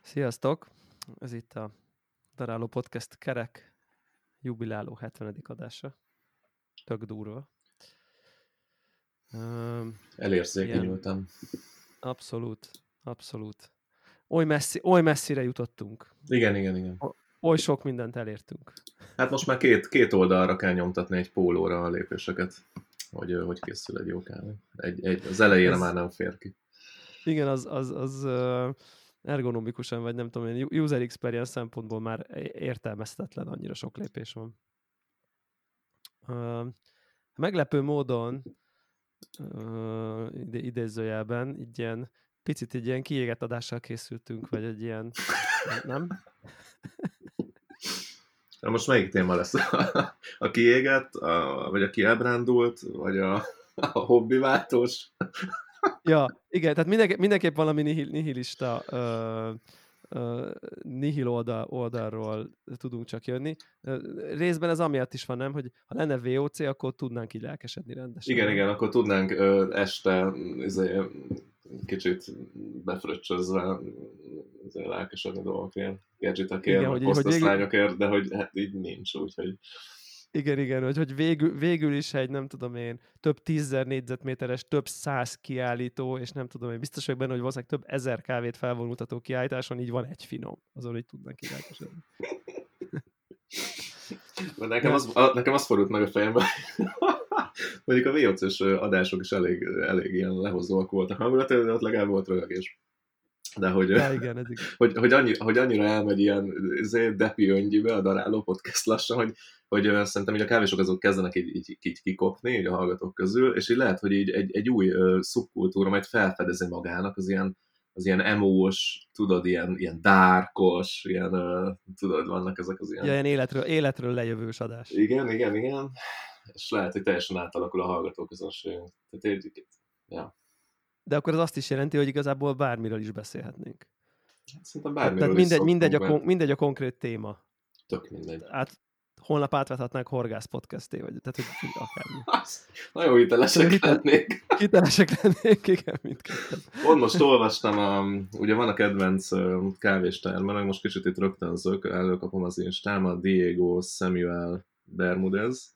Sziasztok! Ez itt a Daráló Podcast kerek jubiláló 70. adása. Tök durva. Elérzékenyültem. Abszolút. Oly messzire jutottunk. Igen. Oly sok mindent elértünk. Hát most már két oldalra kell nyomtatni egy pólóra a lépéseket, hogy készül egy jó kávé. Az elejére már nem fér ki. Igen, az ergonomikusan, vagy nem tudom én, user experience szempontból már értelmezhetetlen, annyira sok lépés van. Meglepő módon idézőjelben picit egy ilyen kiégett adással készültünk, vagy egy ilyen, nem? Na most melyik téma lesz? A kiégett, vagy a kielbrándult, vagy a hobbiváltós? Ja, igen, tehát mindenképp valami nihilista nihil oldalról tudunk csak jönni. Részben ez amiatt is van, nem, hogy ha lenne VOC, akkor tudnánk így lelkesedni rendesen. Igen, akkor tudnánk este kicsit befröccsözve lelkesedni dolgokért, gadgetekért, hosteszlányokért, de hogy hát így nincs, úgyhogy... Igen, hogy végül is egy, nem tudom én, több 10.000 négyzetméteres, több 100 kiállító, és nem tudom én, biztos vagyok benne, hogy valószínűleg több 1000 kávét felvonultató kiállításon így van egy finom, azon, hogy tudnak kilelkesedni. Nekem az fordult meg a fejembe, mondjuk a VOC-s adások is elég ilyen lehozóak voltak hangulatilag, de ott legalább volt röhögés. De hogy, ja, igen, ez hogy annyira elmegy ilyen depi öngyibe a Daráló Podcast lassan, hogy szerintem így a kávésok azok kezdenek így kikopni így a hallgatók közül, és így lehet, hogy így egy új szubkultúra majd felfedezi magának az ilyen emo-s, tudod, ilyen darkos, ilyen, tudod, vannak ezek az ilyen... Ja, ilyen életről lejövős adás. Igen. És lehet, hogy teljesen átalakul a hallgatóközönségünk. Ja. De akkor az azt is jelenti, hogy igazából bármiről is beszélhetnénk. Szerintem bármiről is mindegy a konkrét téma. Tök mindegy. Holnap átvethetnánk Horgász podcasté, vagy tehát, hogy akármi. Nagyon hitelesek lennék. Hitelesek lennék, igen, mindketten. Pont most olvastam, ugye van a kedvenc kávéstermelőnk, most kicsit itt rögtönzök, előkapom az Instám, a Diego Samuel Bermudez,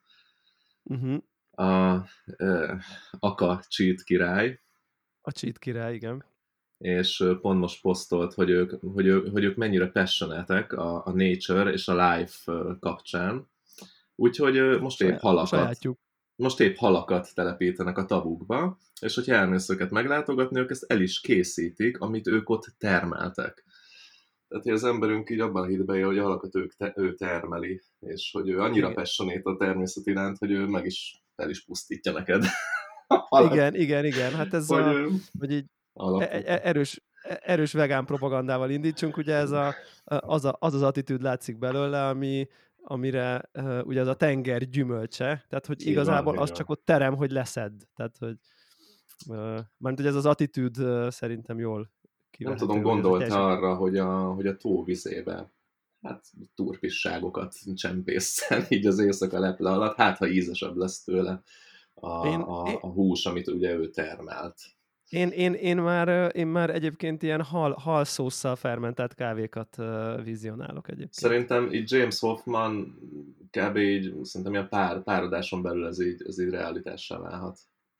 a Aka Cheat király. A Cheat király, igen. És pont most posztolt, hogy ők mennyire passionate-ek a nature és a life kapcsán. Úgyhogy most épp halakat telepítenek a tabukba, és hogyha elmész őket meglátogatni, ők ezt el is készítik, amit ők ott termeltek. Tehát, hogy az emberünk így abban a hitben él, hogy a halakat ő termeli, és hogy ő annyira passionate a természet iránt, hogy ő el is pusztítja neked. Igen. Hát ez hogy így erős vegán propagandával indítsunk, ugye ez az attitűd látszik belőle, amire ugye ez a tenger gyümölcse, tehát hogy igazából az csak ott terem, hogy leszed. Tehát, hogy mármint, hogy ez az attitűd szerintem jól kivehető. Nem tudom, gondolta arra, hogy a tó vizébe turpisságokat csempészen így az éjszaka leple alatt, hát ha ízesebb lesz tőle a hús, amit ugye ő termelt. Én már egyébként ilyen halszósszal fermentált kávékat vizionálok egyébként. Szerintem így James Hoffman kb. Így szerintem ilyen pár adáson belül ez így realitássá válhat.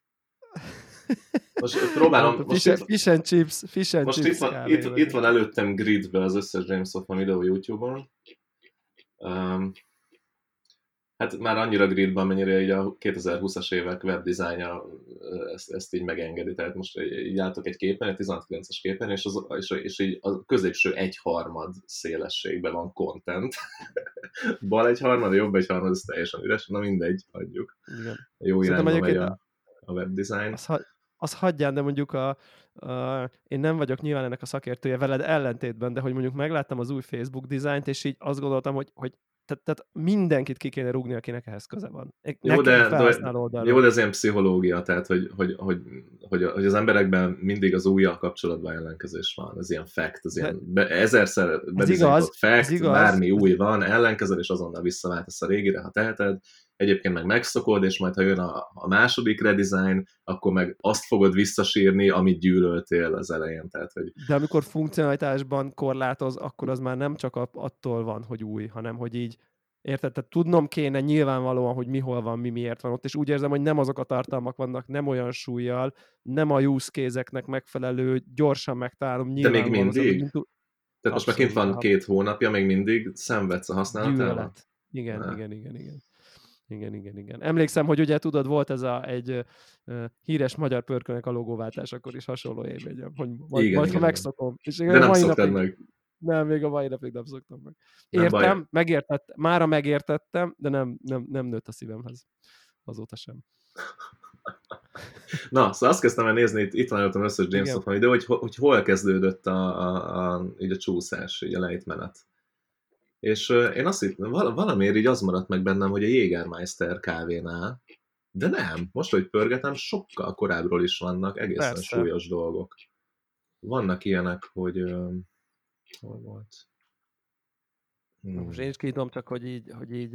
Most próbálom... Fish and chips itt van előttem gridbe az összes James Hoffman videó YouTube-on. Hát már annyira gridben, mennyire így a 2020-as évek webdesignja ezt így megengedi. Tehát most így álltok egy képen, egy 16:9-es képen, és így a középső 1/3 szélességben van content. Bal 1/3, jobb 1/3, ez teljesen üres, na mindegy, hagyjuk. Igen. Jó irányba megy a webdesign. Az hagyján, de mondjuk én nem vagyok nyilván ennek a szakértője veled ellentétben, de hogy mondjuk megláttam az új Facebook dizájnt, és így azt gondoltam, hogy tehát mindenkit ki kéne rúgni, akinek ehhez köze van. Jó, de ez ilyen pszichológia, tehát hogy az emberekben mindig az újjal kapcsolatban ellenkezés van. Ez ilyen fact, ez ilyen ezerszer bebizonyított fact, bármi új van, ellenkezel, és azonnal visszaváltasz a régire, ha teheted. Egyébként meg megszokod, és majd ha jön a második redesign, akkor meg azt fogod visszasírni, amit gyűlöl jelöltél az elején. Tehát, hogy... De amikor funkcionalitásban korlátoz, akkor az már nem csak attól van, hogy új, hanem hogy így, érted? Tehát tudnom kéne nyilvánvalóan, hogy mi hol van, mi miért van ott, és úgy érzem, hogy nem azok a tartalmak vannak, nem olyan súlyjal, nem a use case-eknek megfelelő, gyorsan megtalálom, De még mindig? mint tehát most már kint van 2 hónapja, még mindig szenvedsz a használatával? Igen. Emlékszem, hogy ugye tudod, volt ez egy híres magyar pörkölnek a logóváltás, akkor is hasonló élményem, hogy majd ha megszokom. És de nem szoktad meg. Nem, még a mai napig nem szoktam meg. Értem, mára megértettem, de nem nőtt a szívemhez. Azóta sem. Na, szóval azt kezdtem el nézni, itt van előttem összes James Hoffman idő, hogy hol kezdődött így a csúszás, így a lejtmenet. És én azt hittem, valamiért így az maradt meg bennem, hogy a Jägermeister kávénál, de nem, most, hogy pörgetem, sokkal korábbról is vannak egészen súlyos dolgok. Vannak ilyenek, hogy hol volt? Most én is kiítom, csak hogy így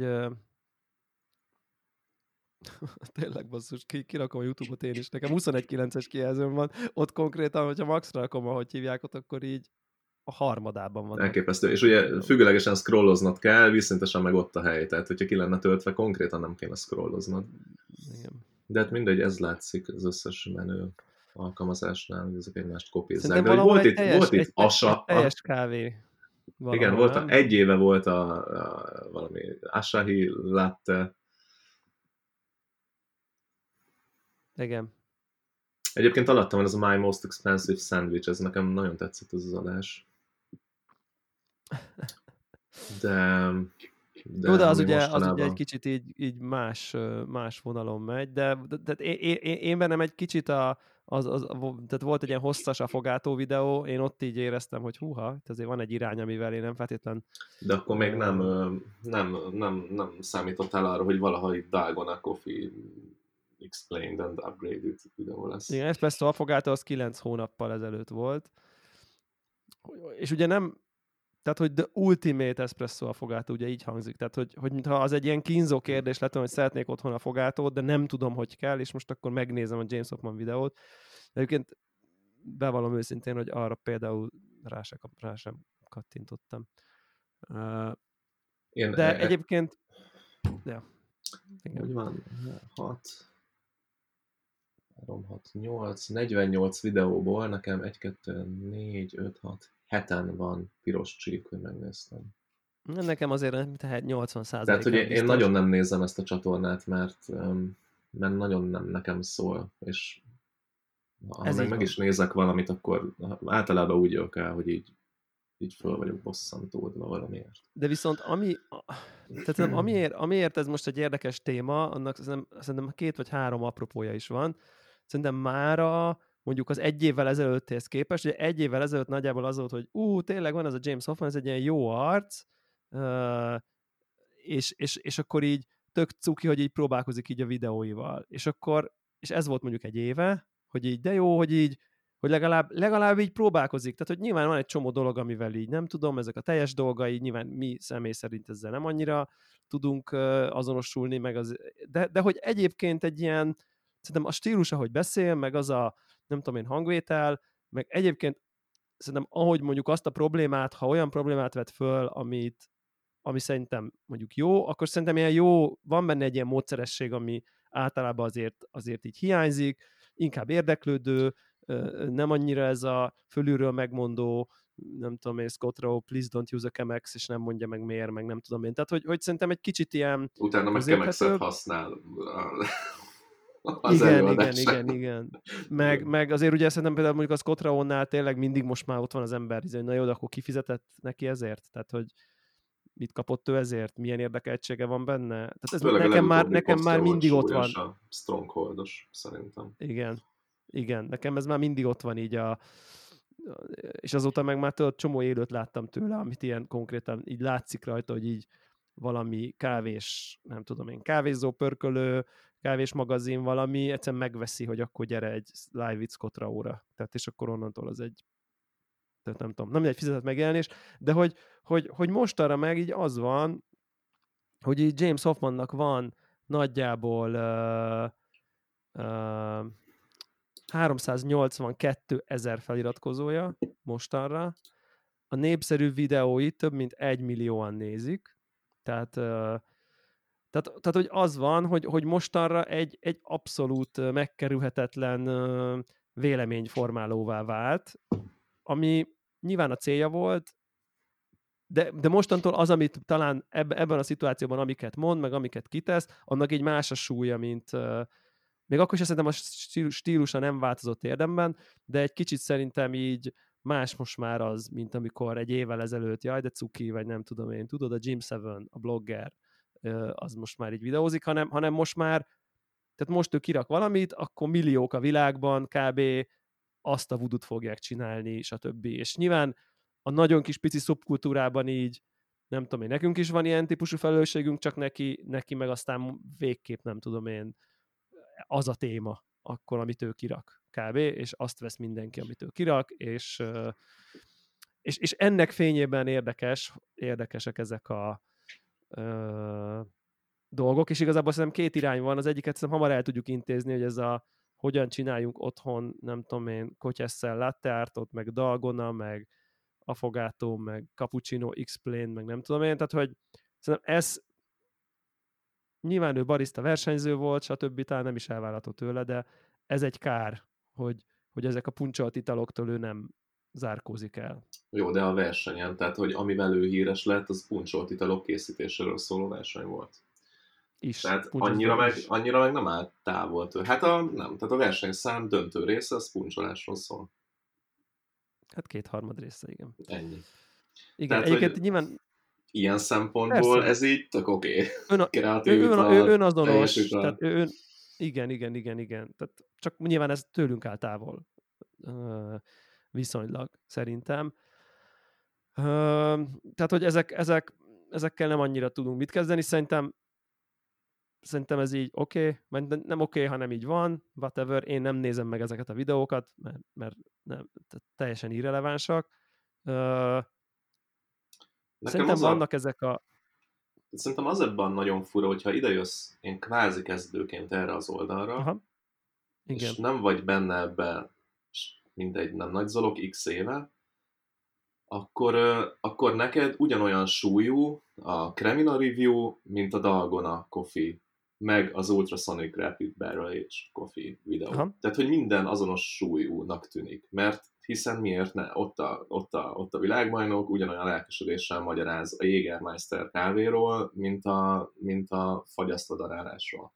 tényleg basszus, kirakom a YouTube-ot én is. Nekem 21.9-es kijelzőm van, ott konkrétan, hogyha maxra rakom, ahogy hívják ott, akkor így a harmadában van. Elképesztő. És ugye függőlegesen scrolloznod kell, vízszintesen meg ott a hely. Tehát, hogyha ki lenne töltve, konkrétan nem kéne scrolloznod. Igen. De hát mindegy, ez látszik az összes menő alkalmazásnál, hogy ezek egymást kopízzák. De hogy volt itt Asa... teljes kávé. Igen, volt egy éve volt valami Asahi latte. Igen. Egyébként alattam van ez a My Most Expensive Sandwich, ez nekem nagyon tetszett az adás. De az ugye egy kicsit így más vonalon megy, de én bennem egy kicsit tehát volt egy ilyen hosszas afogátó videó, én ott így éreztem, hogy húha, azért van egy irány, amivel én nem feltétlen... De akkor még nem számítottál arra, hogy valaha itt Dalgona Coffee Explained and Upgraded videó lesz. Igen, Espresso afogátó az 9 hónappal ezelőtt volt. És ugye nem... Tehát, hogy the ultimate espresso afogátó, ugye így hangzik. Tehát, hogy mintha az egy ilyen kínzó kérdés lett, hogy szeretnék otthon afogátót, de nem tudom, hogy kell, és most akkor megnézem a James Hoffman videót. De egyébként bevallom őszintén, hogy arra például rá sem kattintottam. De egyébként... Ja. Hogy van? 48 videóból nekem 1, 2, 4, 5, 6, 7-en van piros csík, hogy megnéztem. Nekem azért 80%. Tehát, hogy én nagyon nem nézem ezt a csatornát, mert nagyon nem nekem szól, és ha meg is nézek valamit, akkor általában úgy jövök el, hogy így föl vagyok bosszantódva valamiért. De viszont amiért ez most egy érdekes téma, annak szerintem 2 vagy 3 apropója is van. Szerintem mára mondjuk az 1 évvel ezelőtthez képest, ugye 1 évvel ezelőtt nagyjából az volt, hogy tényleg van ez a James Hoffman, ez egy ilyen jó arc, és akkor így tök cuki, hogy így próbálkozik így a videóival. És ez volt mondjuk 1 éve, hogy így de jó, hogy legalább így próbálkozik. Tehát, hogy nyilván van egy csomó dolog, amivel így nem tudom, ezek a teljes dolgai, nyilván mi személy szerint ezzel nem annyira tudunk azonosulni, meg de hogy egyébként egy ilyen, szerintem a stílus, ahogy beszél, meg az a, nem tudom én, hangvétel, meg egyébként szerintem ahogy mondjuk azt a problémát, ha olyan problémát vet föl, ami szerintem mondjuk jó, akkor szerintem ilyen jó, van benne egy ilyen módszeresség, ami általában azért így hiányzik, inkább érdeklődő, nem annyira ez a fölülről megmondó, nem tudom én, Scott Rowe, please don't use a Chemex, és nem mondja meg miért, meg nem tudom én. Tehát, hogy szerintem egy kicsit ilyen... Utána meg Chemexet használ. Igen. Meg azért ugye szerintem például mondjuk a Scott Rowe-nál tényleg mindig most már ott van az ember, hogy na jó, de akkor kifizetett neki ezért? Tehát, hogy mit kapott ő ezért? Milyen érdekeltsége van benne? Tehát ez nekem már mindig ott van. A Strongholdos, szerintem. Igen, nekem ez már mindig ott van így és azóta meg már csomó élőt láttam tőle, amit ilyen konkrétan így látszik rajta, hogy így valami kávés, nem tudom én, kávézó, pörkölő, kávés magazin valami, egyszerűen megveszi, hogy akkor gyere egy live with Scott Rowe-ra. Tehát és akkor onnantól az egy, tehát nem tudom, nem egy fizetett megjelenés, de hogy mostanra meg így az van, hogy így James Hoffmannak van nagyjából 382 000 feliratkozója mostanra. A népszerű videóit több mint 1 millióan nézik. Tehát hogy az van, hogy mostanra egy abszolút megkerülhetetlen véleményformálóvá vált, ami nyilván a célja volt, de mostantól az, amit talán ebben a szituációban, amiket mond, meg amiket kitesz, annak egy más a súlya, mint még akkor is szerintem a stílusa nem változott érdemben, de egy kicsit szerintem így más most már az, mint amikor egy évvel ezelőtt, jaj, de cuki, vagy nem tudom én, tudod, a Jim Seven, a blogger, az most már így videózik, hanem most már, tehát most ő kirak valamit, akkor milliók a világban kb. Azt a voodoo-t fogják csinálni, stb. És nyilván a nagyon kis pici szubkultúrában így, nem tudom én, nekünk is van ilyen típusú felelősségünk, csak neki meg aztán végképp nem tudom én, az a téma akkor, amit ő kirak kb. És azt vesz mindenki, amit ő kirak, és ennek fényében érdekesek ezek a dolgok, és igazából szerintem két irány van, az egyiket szerintem hamar el tudjuk intézni, hogy ez a hogyan csináljunk otthon, nem tudom én, kotyesszel latte artot, meg dalgona, meg affogato, meg cappuccino explain, meg nem tudom én, tehát hogy szerintem ez nyilván ő barista versenyző volt, stb. Talán nem is elvárható tőle, de ez egy kár, hogy ezek a puncsolt italoktól ő nem zárkózik el. Jó, de a versenyen, tehát hogy amivel ő híres lett, az puncsolt italok készítéséről szóló verseny volt. Tehát annyira meg nem állt távol tőle. Hát tehát a versenyszám döntő része az puncsolásról szól. Hát 2/3 része, igen. Ennyi. Igen, tehát, egyébként nyilván ilyen szempontból persze. Ez így tök oké. Önazonos. Tehát igen. Tehát csak nyilván ez tőlünk áll távol. Viszonylag, szerintem. Tehát, hogy ezekkel nem annyira tudunk mit kezdeni. Szerintem ez így oké, nem oké, hanem így van, whatever. Én nem nézem meg ezeket a videókat, mert nem, teljesen irrelevánsak. Szerintem vannak ezek a... Szerintem az ebben nagyon fura, hogyha idejössz én kvázi kezdőként erre az oldalra, aha. Igen. És nem vagy benne ebbe, mindegy, nem nagy zolog, x éve, akkor neked ugyanolyan súlyú a Cremina Review, mint a Dalgona Coffee, meg az Ultrasonic Rapid Barrel Age Coffee videó. Aha. Tehát, hogy minden azonos súlyúnak tűnik, mert hiszen miért ne? Ott a világbajnok ugyanolyan lelkesedéssel magyaráz a Jägermeister kávéról, mint a fagyasztadarálásról.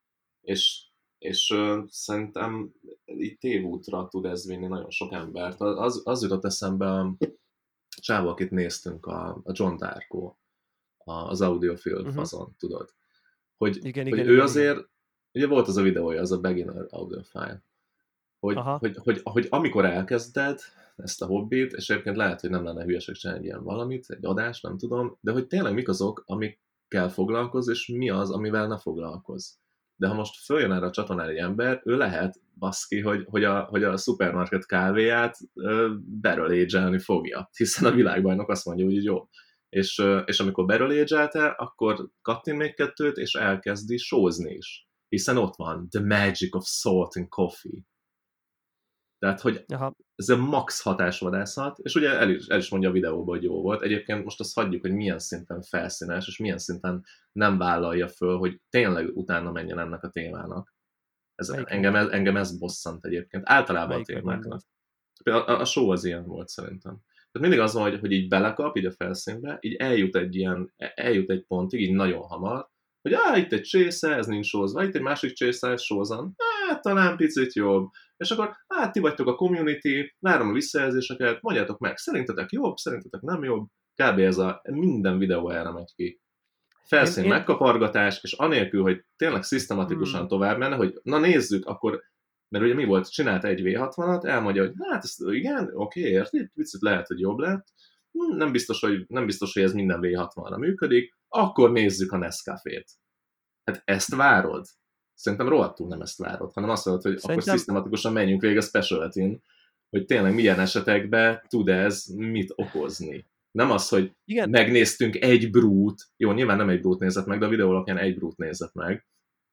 És szerintem így tévútra tud ez vinni nagyon sok embert. Az jutott eszembe a csávó, akit néztünk, a John Darko, az Audiophile fazon, tudod. Hogy ő azért, ugye volt az a videója, az a Beginner Audiophile, hogy amikor elkezded ezt a hobbit, és egyébként lehet, hogy nem lenne hülyeség csinálni ilyen valamit, egy adást, nem tudom, de hogy tényleg mik azok, amikkel foglalkozz, és mi az, amivel ne foglalkozz. De ha most följön erre a csatornára egy ember, ő lehet, baszki, hogy a szupermarket kávéját barrel age-elni fogja, hiszen a világbajnok azt mondja, hogy jó. És amikor barrel age-elte, akkor kattint még kettőt, és elkezdi sózni is. Hiszen ott van the magic of salt and coffee. Tehát, hogy ez a max hatásvadászat, és ugye el is mondja a videóban, hogy jó volt. Egyébként most azt hagyjuk, hogy milyen szinten felszínes, és milyen szinten nem vállalja föl, hogy tényleg utána menjen ennek a témának. Engem ez bosszant egyébként. Általában a témáknak. A show az ilyen volt szerintem. Tehát mindig az van, hogy így belekap, így a felszínbe, így eljut egy pontig, így nagyon hamar, hogy itt egy csésze, ez nincs sózva, itt egy másik csésze, ez sózan, talán picit jobb. És akkor, ti vagytok a community, várom a visszajelzéseket, mondjátok meg, szerintetek jobb, szerintetek nem jobb, kb. Ez minden videó erre megy ki. Felszín megkapargatás, és anélkül, hogy tényleg szisztematikusan tovább menne, hogy na nézzük, akkor, mert ugye mi volt, csinált egy V60-at, elmondja, hogy ez igen, oké, érti, picit lehet, hogy jobb lett, nem biztos, hogy ez minden V60-ra működik, akkor nézzük a Nescafét. Hát ezt várod? Szerintem rohadtul nem ezt várod, hanem azt mondod, hogy akkor szisztematikusan menjünk végig a specialty-n, hogy tényleg milyen esetekben tud ez mit okozni. Nem az, hogy megnéztünk egy brút, jó, nyilván nem egy brút nézett meg, de a videó alapján egy brút nézett meg,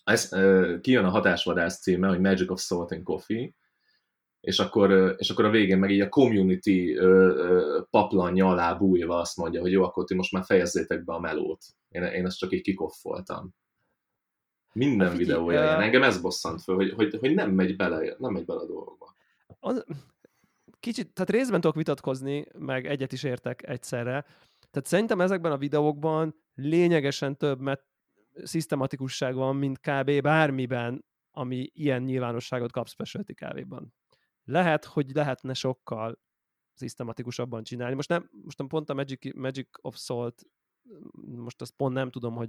kijön a Hatásvadász címe, hogy Magic of Salt and Coffee, és akkor a végén meg így a community paplanja alá bújva azt mondja, hogy jó, akkor ti most már fejezzétek be a melót. Én ezt csak így kikoffoltam. Minden videója ilyen. Engem ez bosszant föl, hogy nem megy bele a dolgokba. Kicsit, tehát részben tudok vitatkozni, meg egyet is értek egyszerre. Tehát szerintem ezekben a videókban lényegesen több szisztematikusság van, mint kb. Bármiben, ami ilyen nyilvánosságot kap specialty kávéban. Lehet, hogy lehetne sokkal szisztematikusabban csinálni. Most pont a Magic of Salt, most azt pont nem tudom,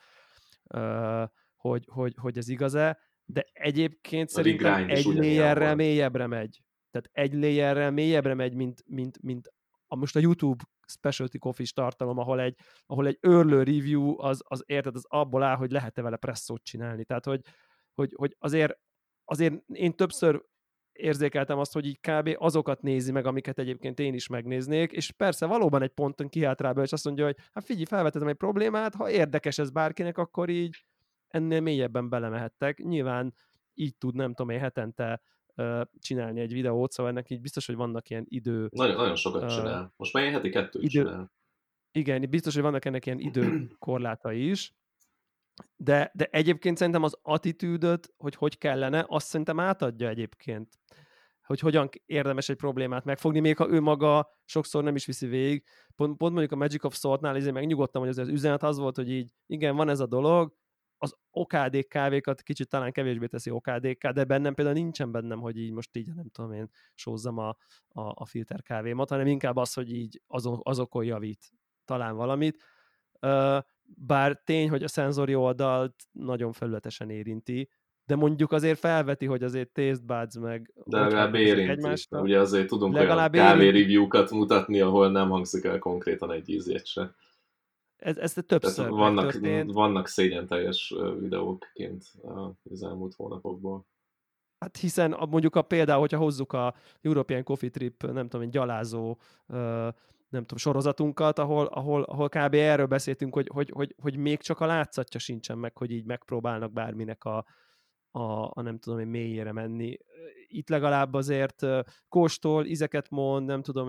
hogy ez igaz-e, de egyébként szerintem egy layerrel mélyebbre megy. Tehát egy layerrel mélyebbre megy, mint most a YouTube specialty coffee-s tartalom, ahol egy early review az érted, az abból áll, hogy lehet-e vele presszót csinálni. Tehát, hogy azért én többször érzékeltem azt, hogy így kb. Azokat nézi meg, amiket egyébként én is megnéznék, és persze valóban egy ponton kiállt rá be, és azt mondja, hogy hát figyelj, felvetettem egy problémát, ha érdekes ez bárkinek, akkor így ennél mélyebben belemehettek. Nyilván így tud, nem tudom én, hetente csinálni egy videót, szóval ennek így biztos, hogy vannak ilyen idő... Nagyon sokat csinál. Most már ilyen heti 2 csinál. Igen, biztos, hogy vannak ennek ilyen időkorlátai is, de egyébként szerintem az attitűdöt, hogy kellene, azt szerintem átadja egyébként. Hogy hogyan érdemes egy problémát megfogni, még ha ő maga sokszor nem is viszi végig. Pont mondjuk a Magic of Salt-nál ezért megnyugodtam, hogy az üzenet az volt, hogy így igen, van ez a dolog, az okádék kávékat kicsit talán kevésbé teszi okádékká, de bennem például nincsen bennem, hogy így most így nem tudom én sózzam a filter kávémat, hanem inkább az, hogy így azokon javít talán valamit. Bár tény, hogy a szenzori oldalt nagyon felületesen érinti, de mondjuk azért felveti, hogy azért taste buds meg... De legalább érinti. Ugye azért tudunk olyan kávé review-kat mutatni, ahol nem hangzik el konkrétan egy ízét se. Ez többször megtörtént. Vannak szégyenteljes videókként az elmúlt hónapokból. Hát hiszen mondjuk például, hogyha hozzuk a European Coffee Trip, nem tudom, egy gyalázó nem tudom, sorozatunkat, ahol kb. Erről beszéltünk, hogy még csak a látszatja sincsen meg, hogy így megpróbálnak bárminek a nem tudom én mélyére menni. Itt legalább azért kóstol, ízeket mond, nem tudom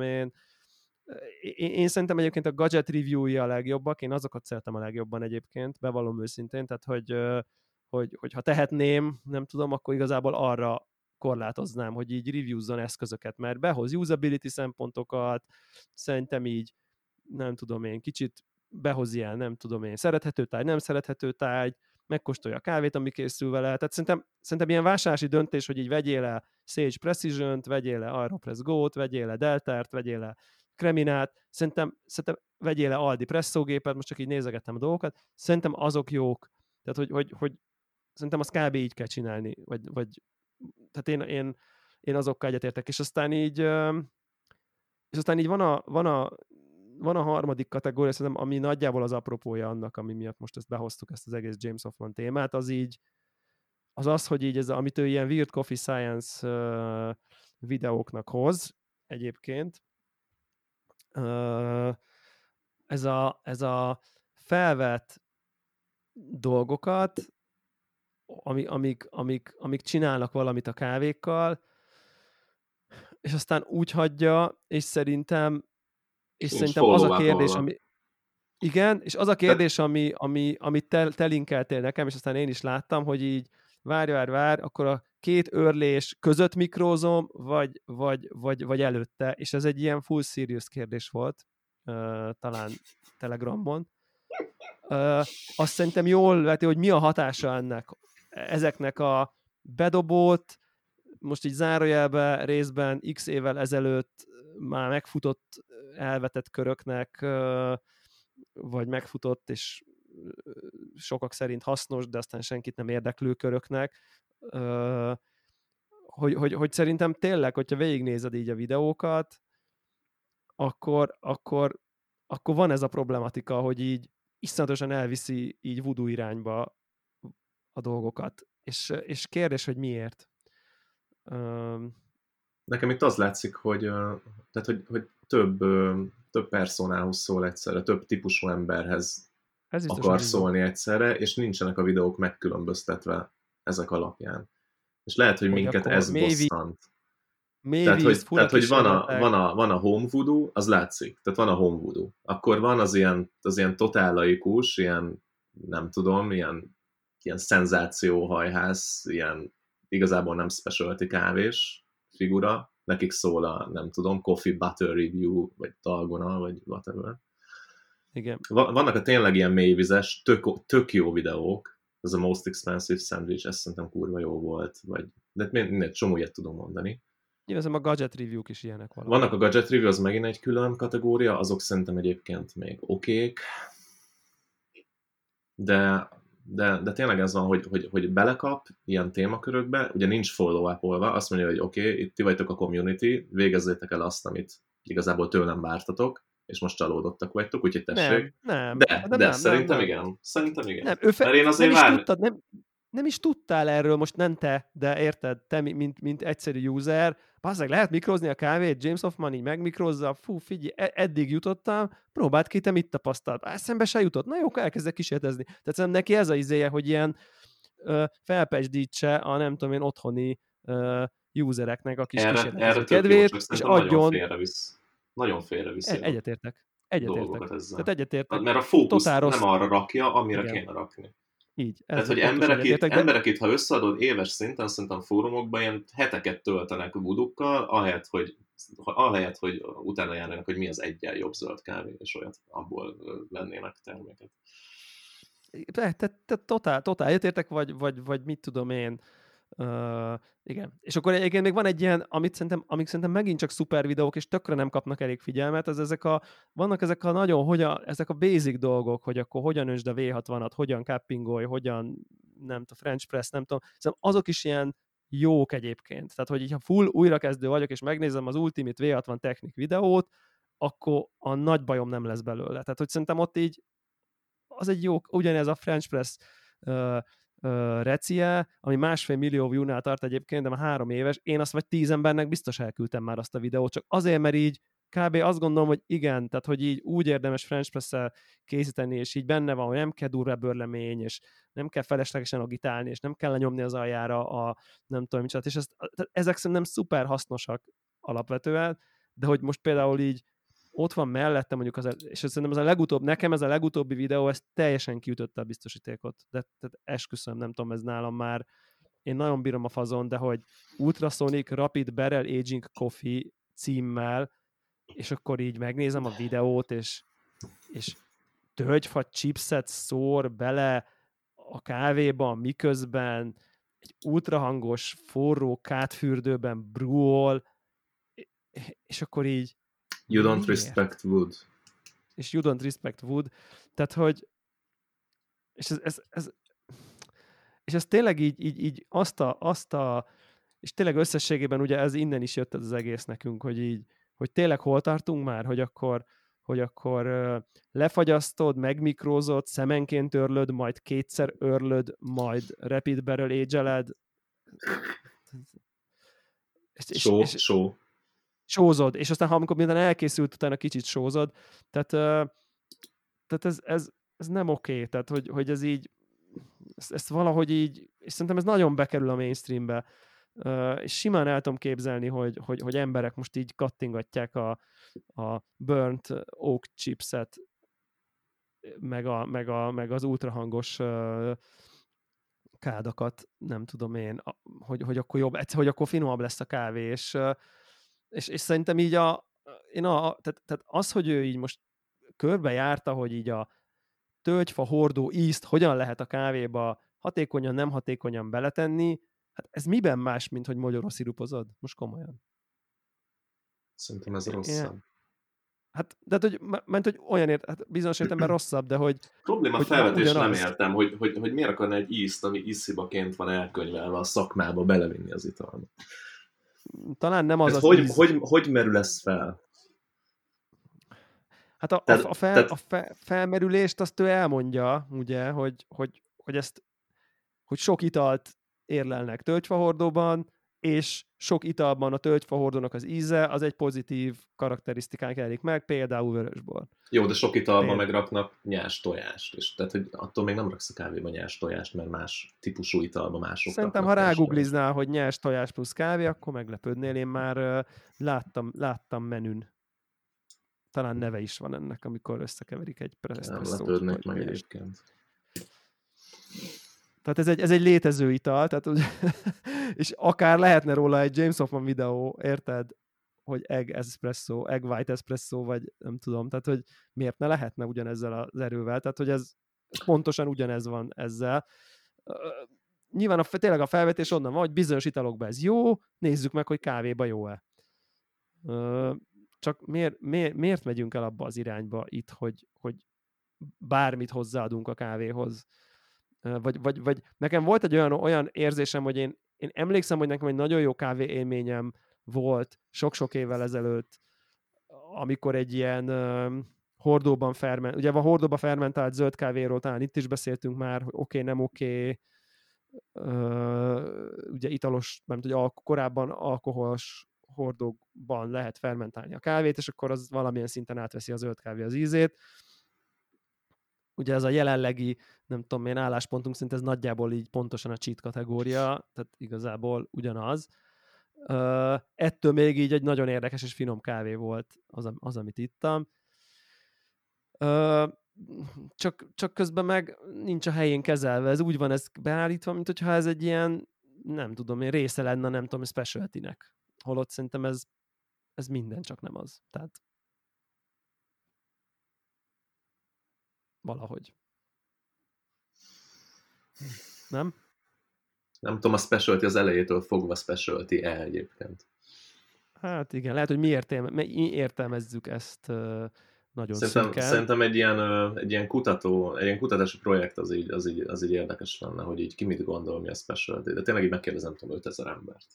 én szerintem egyébként a gadget review-ja a legjobbak, én azokat szeretem a legjobban egyébként, bevallom őszintén, tehát hogy ha tehetném, nem tudom, akkor igazából arra korlátoznám, hogy így reviewzzon eszközöket, mert behoz usability szempontokat, szerintem így, nem tudom én, kicsit behoz ilyen, nem tudom én, szerethető tárgy, nem szerethető tárgy, megkóstolja a kávét, ami készül vele. Tehát szerintem ilyen vásárlási döntés, hogy így vegyél le Sage Precision-t, vegyél le Aeropress Go-t, vegyél le Deltert, vegyél le Creminát, szerintem vegyél le Aldi presszógépet, most csak így nézegettem a dolgokat, szerintem azok jók. Tehát, hogy szerintem azt kb. Így kell csinálni, vagy tehát én azokkal egyetértek, és aztán így van a harmadik kategória, szerintem, ami nagyjából az apropója annak, ami miatt most ezt behoztuk, ezt az egész James Hoffman témát, az, hogy így amit ő ilyen Weird Coffee Science videóknak hoz egyébként, ez a felvett dolgokat, amik csinálnak valamit a kávékkal, és aztán úgy hagyja, és szerintem az a kérdés, ami igen, és az a kérdés, amit te linkeltél nekem, és aztán én is láttam, hogy így várj, akkor a két örlés között mikrózom, vagy előtte, és ez egy ilyen full serious kérdés volt, talán Telegramon. Azt szerintem jól veti, hogy mi a hatása ezeknek a bedobott, most így zárójelbe részben x évvel ezelőtt már megfutott, elvetett köröknek, vagy megfutott, és sokak szerint hasznos, de aztán senkit nem érdeklő köröknek, hogy szerintem tényleg, hogyha végignézed így a videókat, akkor van ez a problematika, hogy így iszonyatosan elviszi így voodoo irányba a dolgokat. És kérdés, hogy miért? Nekem itt az látszik, hogy több personához szól egyszerre, több típusú emberhez akar szólni egyszerre, és nincsenek a videók megkülönböztetve ezek alapján. És lehet, hogy minket ez bosszant. Tehát, hogy van a home voodoo, az látszik. Tehát van a home voodoo. Akkor van az ilyen totál laikus, ilyen, nem tudom, ilyen szenzációhajhász, ilyen igazából nem specialty kávés figura. Nekik szól a, nem tudom, Coffee Butter Review, vagy Dalgona, vagy whatever. Igen. Vannak a tényleg ilyen mélyvizes, tök jó videók. Ez a Most Expensive Sandwich, ezt szerintem kurva jó volt. De minden csomó ilyet tudom mondani. Nyilván a gadget review-k is ilyenek valami. Vannak a gadget review, az megint egy külön kategória, azok szerintem egyébként még okék. De tényleg ez van, hogy belekap ilyen témakörökbe, ugye nincs follow-up-olva, azt mondja, hogy oké, itt ti vagytok a community, végezzétek el azt, amit igazából tőlem vártatok, és most csalódottak vagytok, úgyhogy tessék. Nem. De szerintem igen. Szerintem igen. Nem, mert én azért nem is tudtál erről, most nem te, de érted, te, mint egyszerű user, bazzeg, lehet mikrozni a kávét, James Hoffman így megmikrozza, fú, figyelj, eddig jutottam, próbáld ki, te mit tapasztalt? Eszembe se jutott, na jó, elkezdek kísérletezni. Tehát szerintem neki ez az izéje, hogy ilyen felpesdítse a nem tudom én otthoni usereknek a kis kísérletező kedvét, és adjon... Nagyon félreviszi. Egyetértek. Dolgokat ezzel. Tehát egyetértek. Mert a fókusz nem arra rakja, amire kéne rakni. Így. Tehát, hogy emberek itt, ha összeadod éves szinten, szerintem fórumokban ilyen heteket töltenek voodukkal, ahelyett, hogy utána járnak, hogy mi az egyen jobb zöld kávé, és olyat abból vennének terméket. Totál egyetértek, vagy mit tudom én. Igen. És akkor egyébként még van egy ilyen, amik szerintem megint csak szuper videók, és tökre nem kapnak elég figyelmet, vannak ezek a nagyon, ezek a basic dolgok, hogy akkor hogyan öntsd a V60-at, hogyan cuppingolj, hogyan, nem tudom, French press, nem tudom. Szerintem azok is ilyen jók egyébként. Tehát, hogy így, ha full újrakezdő vagyok, és megnézem az Ultimate V60 Technic videót, akkor a nagy bajom nem lesz belőle. Tehát, hogy szerintem ott így az egy jó, ugyanez a French press recie, ami 1,5 millió view-nál tart egyébként, de már 3 éves, én azt vagy 10 embernek biztos elküldtem már azt a videót, csak azért, mert így kb. Azt gondolom, hogy igen, tehát hogy így úgy érdemes French press-szel készíteni, és így benne van, hogy nem kell durva bőrlemény, és nem kell feleslegesen agitálni, és nem kell lenyomni az aljára a nem tudom micsoda, és ezek szerintem szuper hasznosak alapvetően, de hogy most például így ott van mellettem mondjuk, és szerintem nekem ez a legutóbbi videó, ez teljesen kiütötte a biztosítékot. De tehát esküszöm, nem tudom, ez nálam már, én nagyon bírom a fazon, de hogy Ultrasonic Rapid Barrel Aging Coffee címmel, és akkor így megnézem a videót, és tölgyfa chipset szór bele a kávéban, miközben egy ultrahangos, forró kátfürdőben brewol, és akkor így You don't respect wood. És you don't respect wood. Tehát, hogy és ez tényleg így azt a és tényleg összességében ugye ez innen is jött az egész nekünk, hogy tényleg hol tartunk már, hogy akkor lefagyasztod, megmikrózod, szemenként örlöd, majd kétszer örlöd, majd rapid barrel age-eled. Só. Sózod, és aztán amikor minden elkészült, utána kicsit sózod. Tehát ez nem oké. Tehát, hogy ez így, ezt valahogy így, és szerintem ez nagyon bekerül a mainstreambe, és simán el tudom képzelni, hogy emberek most így kattingatják a burnt oak chipset, meg az ultrahangos kádakat, nem tudom én, hogy akkor jobb, hogy akkor finomabb lesz a kávé, és szerintem így tehát az, hogy ő így most körbejárta, hogy így a tölgyfa hordó ízt hogyan lehet a kávéba hatékonyan, nem hatékonyan beletenni, hát ez miben más, mint hogy magyarul szirupozod? Most komolyan. Szerintem ez rosszabb. Hát, de hogy olyan hát bizonyos értelemben rosszabb, de hogy... Probléma felvetés nem értem, hogy miért akarna egy ízt, ami iszibaként van elkönyvelve a szakmába belevinni az italba. Talán nem az hogy merül ez fel? Hát a felmerülést azt ő elmondja, ugye, hogy ezt, hogy sok italt érlelnek tölgyfahordóban, és sok italban a tölgyfa hordónak az íze, az egy pozitív karakterisztikán jelenik meg, például vörösbor. Jó, de sok italban megraknak nyers tojást is. Tehát, hogy attól még nem raksz a kávéba nyers tojást, mert más típusú italban mások. Szerintem, ha rágoogliznál, hogy nyers tojás plusz kávé, akkor meglepődnél. Én már láttam menün. Talán neve is van ennek, amikor összekeverik egy espresszót. Nem lepődnek meg egyébként. Tehát ez egy létező ital, tehát, és akár lehetne róla egy James Hoffman videó, érted, hogy egg espresso, egg white espresso, vagy nem tudom, tehát, hogy miért ne lehetne ugyanezzel az erővel, tehát, hogy ez pontosan ugyanez van ezzel. Nyilván tényleg a felvetés onnan van, hogy bizonyos italokban ez jó, nézzük meg, hogy kávéba jó-e. Csak miért megyünk el abba az irányba itt, hogy bármit hozzáadunk a kávéhoz? Vagy nekem volt egy olyan érzésem, hogy én emlékszem, hogy nekem egy nagyon jó kávé élményem volt sok-sok évvel ezelőtt, amikor egy ilyen hordóban ugye a hordóban fermentált zöld kávéról talán itt is beszéltünk már, hogy oké, nem oké, ugye italos, nem tudom, korábban alkoholos hordókban lehet fermentálni a kávét, és akkor az valamilyen szinten átveszi a zöld kávé az ízét. Ugye ez a jelenlegi, nem tudom én, álláspontunk szerint ez nagyjából így pontosan a cheat kategória, tehát igazából ugyanaz. Ettől még így egy nagyon érdekes és finom kávé volt az amit ittam. Csak közben meg nincs a helyén kezelve, ez úgy van ez beállítva, mint hogyha ez egy ilyen, nem tudom én, része lenne, nem tudom, specialty-nek. Holott szerintem ez minden, csak nem az. Tehát valahogy. Nem? Nem tudom, a specialty az elejétől fogva specialty-e egyébként. Hát igen, lehet, hogy mi értelmezzük ezt nagyon szűken. Szerintem egy ilyen kutatási projekt az így érdekes lenne, hogy így ki mit gondol, mi a specialty. De tényleg így megkérdezem, tudom, 5000 embert.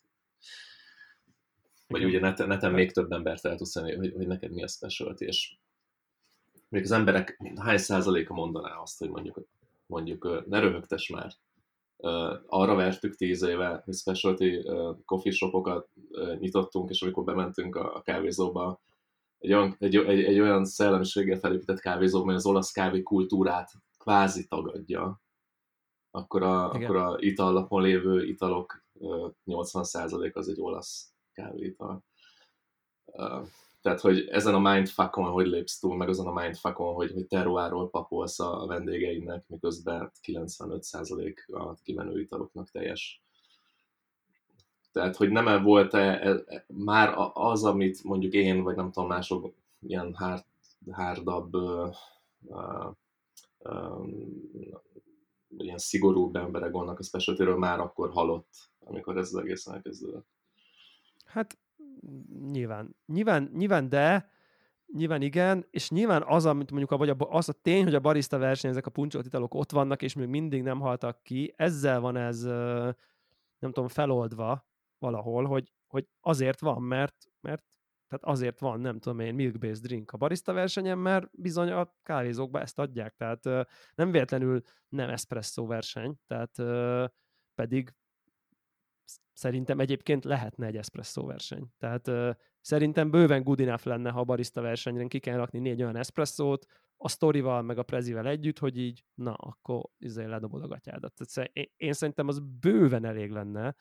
Vagy ugye neten még több embert el tudsz venni, hogy neked mi a specialty, és még az emberek hány százaléka mondaná azt, hogy mondjuk ne röhögtess már. Arra vertük 10 éve, hogy specialty coffee shopokat nyitottunk, és amikor bementünk a kávézóba, egy olyan szellemiséggel felépített kávézóban, hogy az olasz kávé kultúrát kvázi tagadja, akkor a itallapon lévő italok 80% az egy olasz kávéital. Tehát, hogy ezen a mindfuckon, hogy lépsz túl, meg azon a mindfuckon, hogy terroárról papolsz a vendégeidnek, miközben 95% a kimenő italoknak teljes. Tehát, hogy nem volt-e már az, amit mondjuk én, vagy nem tudom, mások ilyen hárdabb, ilyen szigorúbb emberek gondolnak a specialtyről, már akkor halott, amikor ez az egész elkezdődött. Hát nyilván de, nyilván igen, és nyilván az, amit mondjuk az a tény, hogy a barista versenyezek, a puncsolt italok ott vannak, és még mindig nem haltak ki, ezzel van ez, nem tudom, feloldva valahol, hogy azért van, mert tehát azért van, nem tudom én, milk-based drink a barista versenyen, mert bizony a kávézókba ezt adják, tehát nem véletlenül nem espresso verseny, tehát pedig szerintem egyébként lehetne egy espresso verseny. Tehát szerintem bőven good enough lenne, ha a barista versenyen ki kell rakni 4 olyan espresszót, a sztorival, meg a prezivel együtt, hogy így, na, akkor ledobod a gatyádat. Tehát én szerintem az bőven elég lenne,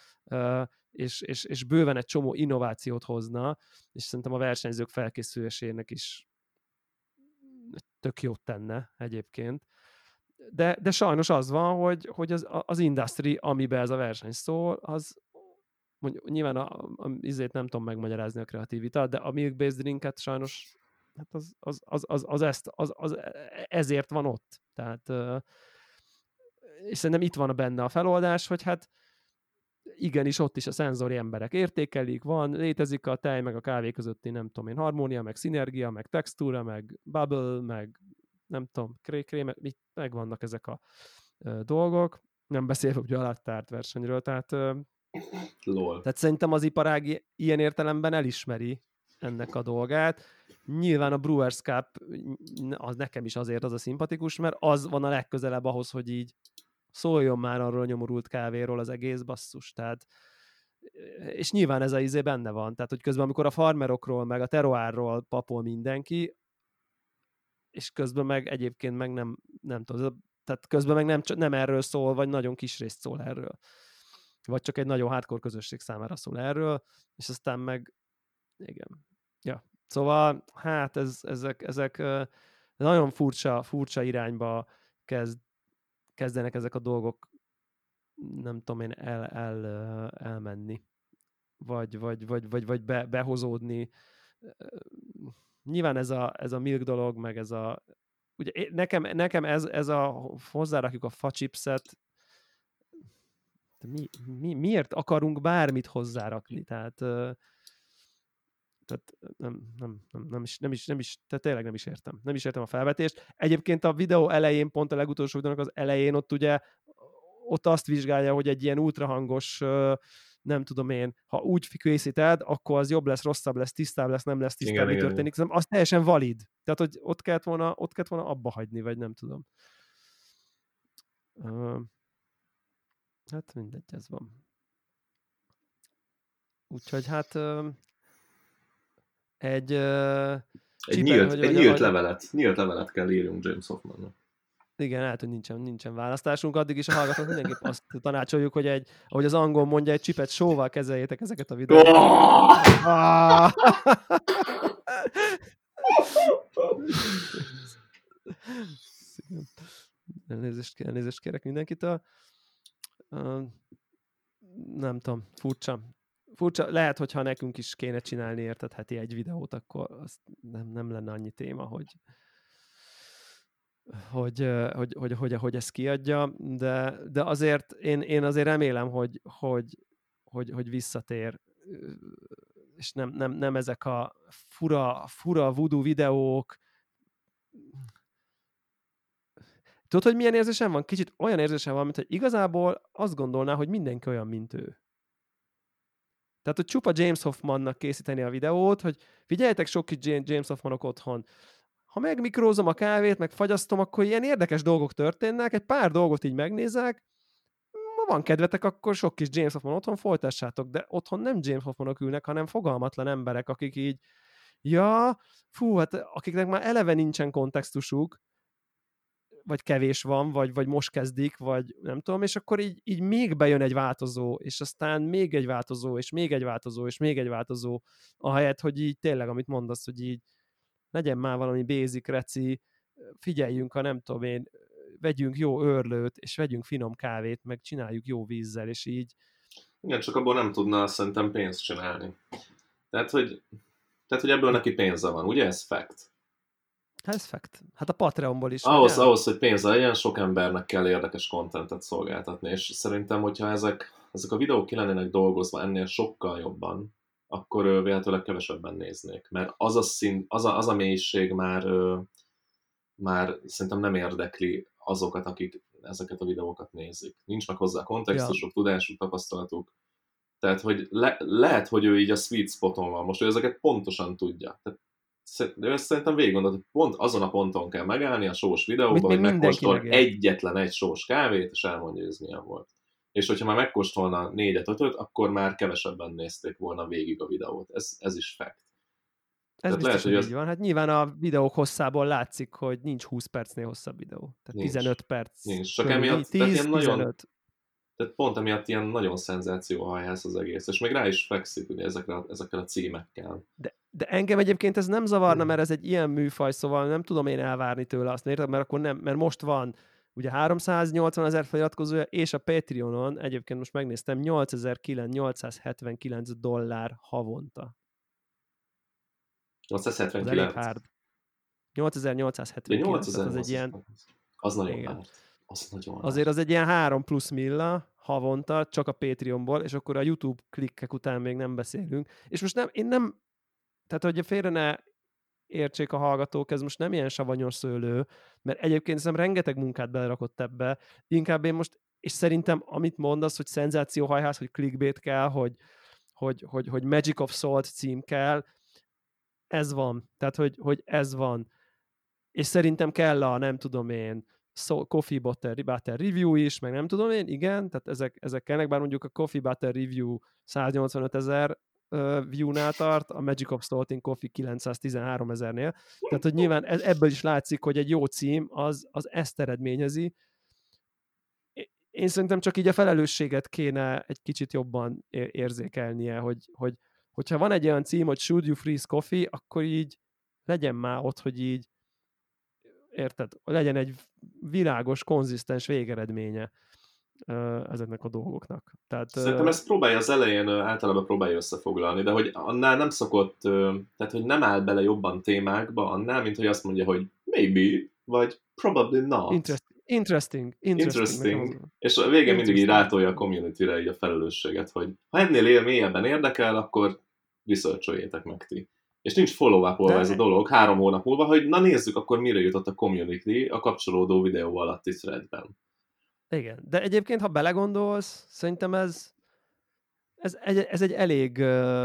és bőven egy csomó innovációt hozna, és szerintem a versenyzők felkészülésének is tök jót tenne egyébként. De sajnos az van, hogy az industry, amiben ez a verseny szól, az mondjuk, nyilván izét nem tudom megmagyarázni a kreativitát, de a milk-based drinket sajnos hát az ezért van ott. Tehát, és szerintem itt van benne a feloldás, hogy hát igenis ott is a szenzori emberek értékelik, létezik a tej meg a kávé közötti, nem tudom én, harmónia, meg szinergia, meg textúra, meg bubble, meg nem tudom, krém, meg vannak ezek a dolgok. Nem beszélve ugye a lattárt versenyről, tehát szerintem az iparág ilyen értelemben elismeri ennek a dolgát. Nyilván a Brewers Cup az nekem is azért az a szimpatikus, mert az van a legközelebb ahhoz, hogy így szóljon már arról a nyomorult kávéról az egész basszus. Tehát és nyilván ez a izé benne van, tehát hogy közben amikor a farmerokról, meg a teroárról papol mindenki, és közben meg egyébként meg nem tudom, tehát közben meg nem erről szól, vagy nagyon kis részt szól erről. Vagy csak egy nagyon hardcore közösség számára szól erről, és aztán meg igen. Ja. Szóval, hát ezek nagyon furcsa irányba kezdenek ezek a dolgok, nem tudom én, elmenni. Vagy behozódni. Nyilván ez a milk dolog, meg ez a... Ugye nekem ez a hozzárakjuk a facchipset, miért akarunk bármit hozzárakni? Tehát tehát tényleg nem is értem. Nem is értem a felvetést. Egyébként a videó elején, pont a legutolsó videónak az elején ott ugye ott azt vizsgálja, hogy egy ilyen ultrahangos, nem tudom én, ha úgy készíted, akkor az jobb lesz, rosszabb lesz, tisztább lesz, nem lesz tisztább, mi történik. Igen. Az teljesen valid. Tehát, hogy ott kellett volna abba hagyni, vagy nem tudom. Hát mindegy, ez van. Úgyhogy hát egy nyílt levelet kell írjunk James Hoffmannak. Igen, lehet, hogy nincsen választásunk, addig is a hallgatók mindenképp azt tanácsoljuk, hogy ahogy az angol mondja, egy csipet sóval kezeljétek ezeket a videókat. Elnézést kérek mindenkitől. Nem tudom, furcsa. Lehet, hogyha nekünk is kéne csinálni, érted, heti egy videót, akkor az nem lenne annyi téma, hogy ezt kiadja, de azért én azért remélem, hogy visszatér, és nem ezek a fura voodoo videók. Tudod, hogy milyen érzésem van? Kicsit olyan érzésem van, mint hogy igazából azt gondolná, hogy mindenki olyan, mint ő. Tehát, hogy csupa James Hoffmannak készíteni a videót, hogy figyeljetek, sok kis James Hoffmanok otthon. Ha megmikrózom a kávét, meg fagyasztom, akkor ilyen érdekes dolgok történnek, egy pár dolgot így megnézek, ma van kedvetek, akkor sok kis James Hoffman otthon folytassátok, de otthon nem James Hoffmanok ülnek, hanem fogalmatlan emberek, akik így, hát akiknek már eleve nincsen kontextusuk, vagy kevés van, vagy most kezdik, vagy nem tudom, és akkor így még bejön egy változó, és aztán még egy változó, és még egy változó, és még egy változó, ahelyett, hogy így tényleg, amit mondasz, hogy így legyen már valami basic reci, figyeljünk, ha nem tudom én, vegyünk jó őrlőt, és vegyünk finom kávét, meg csináljuk jó vízzel, és így. Igen, csak abból nem tudna szerintem pénzt csinálni. Tehát, hogy ebből neki pénze van, ugye? Ez fact. Hát ez fact. Hát a Patreonból is. Ahhoz, hogy pénze legyen, sok embernek kell érdekes kontentet szolgáltatni, és szerintem, hogyha ezek a videók ki lennének dolgozva ennél sokkal jobban, akkor véletlenül kevesebben néznék. Mert az a szín, az a mélység már szerintem nem érdekli azokat, akik ezeket a videókat nézik. Nincs meg hozzá kontextusuk, tudásuk, tapasztalatuk. Tehát, hogy lehet, hogy ő így a sweet spoton van. Most ő ezeket pontosan tudja. Tehát ő ezt szerintem végig gondolt, hogy pont azon a ponton kell megállni a sós videóban, hogy megkóstol egyetlen egy sós kávét, és elmondja, hogy ez milyen volt. És hogyha már megkóstolna 4-5-öt, akkor már kevesebben nézték volna végig a videót. Ez is fact. Ez biztos, lehet, hogy így van. Hát nyilván a videók hosszából látszik, hogy nincs 20 percnél hosszabb videó. Tehát nincs, 15 perc. Nincs. Csak emiatt 10-15. Tehát pont emiatt ilyen nagyon szenzációhajhász az egész, és még rá is fekszik ugye ezekkel a címekkel. De engem egyébként ez nem zavarna, mert ez egy ilyen műfaj, szóval nem tudom én elvárni tőle azt, mert akkor nem, mert most van ugye 380 000 feliratkozója, és a Patreonon egyébként most megnéztem $8,879 havonta. 879? 8879, az egy ilyen... Az nagyon árt. Azért az egy ilyen 3+ milla havonta, csak a Patreonból, és akkor a YouTube klikkek után még nem beszélünk. És most én nem, tehát hogy félre ne értsék a hallgatók, ez most nem ilyen savanyos szőlő, mert egyébként szerintem rengeteg munkát belerakott ebbe, inkább én most, és szerintem amit mondasz, hogy szenzációhajház, hogy clickbait kell, hogy Magic of Salt cím kell, ez van. Tehát, hogy ez van. És szerintem kell nem tudom én, Coffee Butter Review is, meg nem tudom én, igen, tehát ezek kellnek, bár mondjuk a Coffee Butter Review 185 000 view-nál tart, a Magic of Salting Coffee 913 000-nél, tehát hogy nyilván ebből is látszik, hogy egy jó cím az ezt eredményezi. Én szerintem csak így a felelősséget kéne egy kicsit jobban érzékelnie, hogyha van egy olyan cím, hogy Should You Freeze Coffee, akkor így legyen már ott, hogy így érted, legyen egy világos, konzisztens végeredménye ezeknek a dolgoknak. Szerintem ezt próbálja az elején, általában próbálja összefoglalni, de hogy annál nem szokott, tehát hogy nem áll bele jobban témákba annál, mint hogy azt mondja, hogy maybe, vagy probably not. Interesting. És a végén mindig így rátolja a community-re így a felelősséget, hogy ha ennél mélyebben érdekel, akkor research-öljétek meg ti. És nincs follow-up-olva ez a dolog 3 hónap múlva, hogy na nézzük akkor mire jutott a community a kapcsolódó videó alatti threadben. Igen, de egyébként, ha belegondolsz, szerintem ez egy elég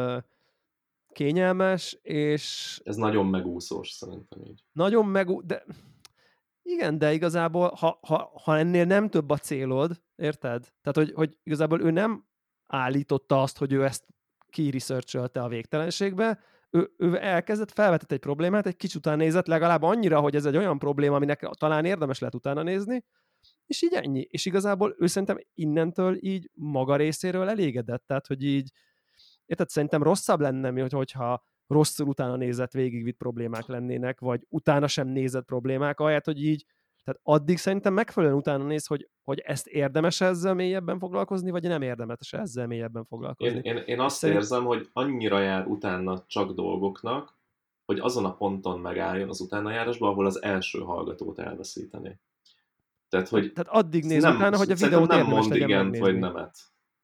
kényelmes, és... Ez nagyon megúszós, szerintem így. Nagyon de... Igen, de igazából, ha ennél nem több a célod, érted? Tehát, hogy igazából ő nem állította azt, hogy ő ezt ki-researchelte a végtelenségbe, ő elkezdett, felvetett egy problémát, egy kicsit utána nézett, legalább annyira, hogy ez egy olyan probléma, aminek talán érdemes lehet utána nézni, és így ennyi. És igazából ő szerintem innentől így maga részéről elégedett, tehát, hogy így, érted, szerintem rosszabb lenne, hogyha rosszul utána nézett végigvitt problémák lennének, vagy utána sem nézett problémák, ahelyett, hogy így, tehát addig szerintem megfelelően utána néz, hogy ezt érdemes ezzel mélyebben foglalkozni, vagy nem érdemes ezzel mélyebben foglalkozni. Én azt érzem, hogy annyira jár utána csak dolgoknak, hogy azon a ponton megálljon az utánajárásban, ahol az első hallgatót elveszíteni. Tehát addig néz utána, hogy a videót nem érdemes mond legyen igent megnézni. vagy nemet.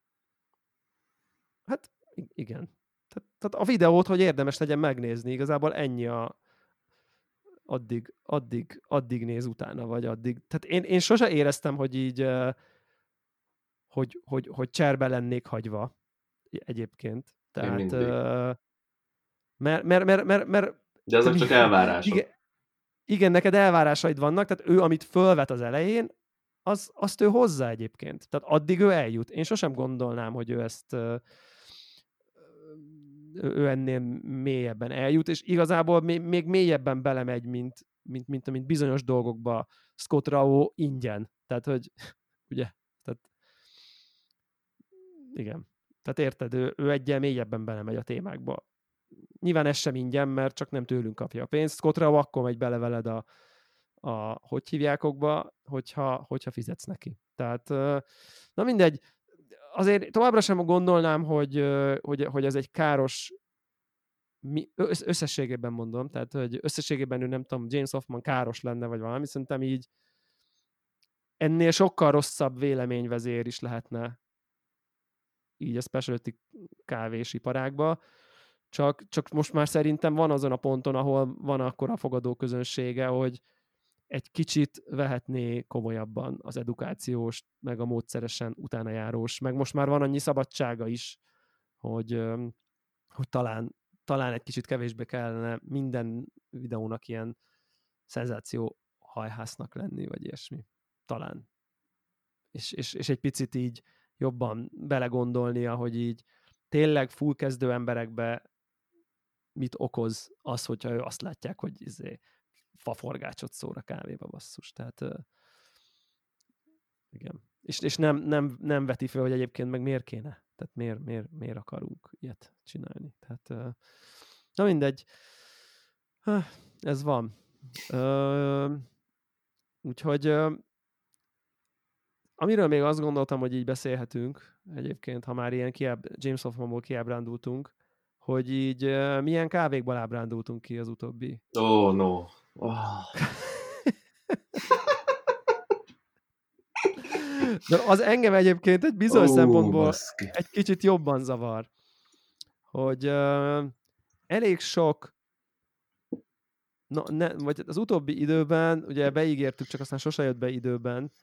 Hát igen. Tehát a videót, hogy érdemes legyen megnézni, igazából ennyi addig néz utána, vagy addig. Tehát én sose éreztem, hogy így hogy cserbe lennék hagyva egyébként. Tehát mert de ezek csak elvárások. Igen, neked elvárásaid vannak, tehát ő, amit fölvet az elején, azt ő hozza egyébként. Tehát addig ő eljut. Én sosem gondolnám, hogy ő ezt ő ennél mélyebben eljut, és igazából még mélyebben belemegy, mint bizonyos dolgokba Scott Rao ingyen. Tehát, hogy ugye, tehát igen. Tehát érted, ő egyel mélyebben belemegy a témákba. Nyilván ez sem ingyen, mert csak nem tőlünk kapja a pénzt. Scott Rao akkor megy bele veled a hogy hívjákokba, hogyha fizetsz neki. Tehát, na mindegy, azért továbbra sem gondolnám, hogy ez egy káros, összességében mondom, tehát, hogy összességében ő nem tudom, James Hoffman káros lenne, vagy valami, szerintem így ennél sokkal rosszabb véleményvezér is lehetne így a specialty kávésiparágba, csak most már szerintem van azon a ponton, ahol van akkora fogadó közönsége, hogy egy kicsit vehetné komolyabban az edukációs, meg a módszeresen utánajárós, meg most már van annyi szabadsága is, hogy talán egy kicsit kevésbé kellene minden videónak ilyen szenzáció hajhásznak lenni, vagy ilyesmi. Talán. És egy picit így jobban belegondolnia, hogy így tényleg full kezdő emberekbe mit okoz az, hogyha ő azt látják, hogy faforgácsot szór a kávéba, basszus. Tehát igen. És nem veti fel, hogy egyébként meg miért kéne. Tehát miért akarunk ilyet csinálni. Tehát na mindegy. Ez van. Úgyhogy amiről még azt gondoltam, hogy így beszélhetünk egyébként, ha már ilyen James Hoffmanból kiábrándultunk, hogy így milyen kávékból ábrándultunk ki az utóbbi. Oh, no. Oh. De az engem egyébként egy bizonyos szempontból egy kicsit jobban zavar, hogy elég sok vagy az utóbbi időben, ugye beígértük, csak aztán sose jött be időben,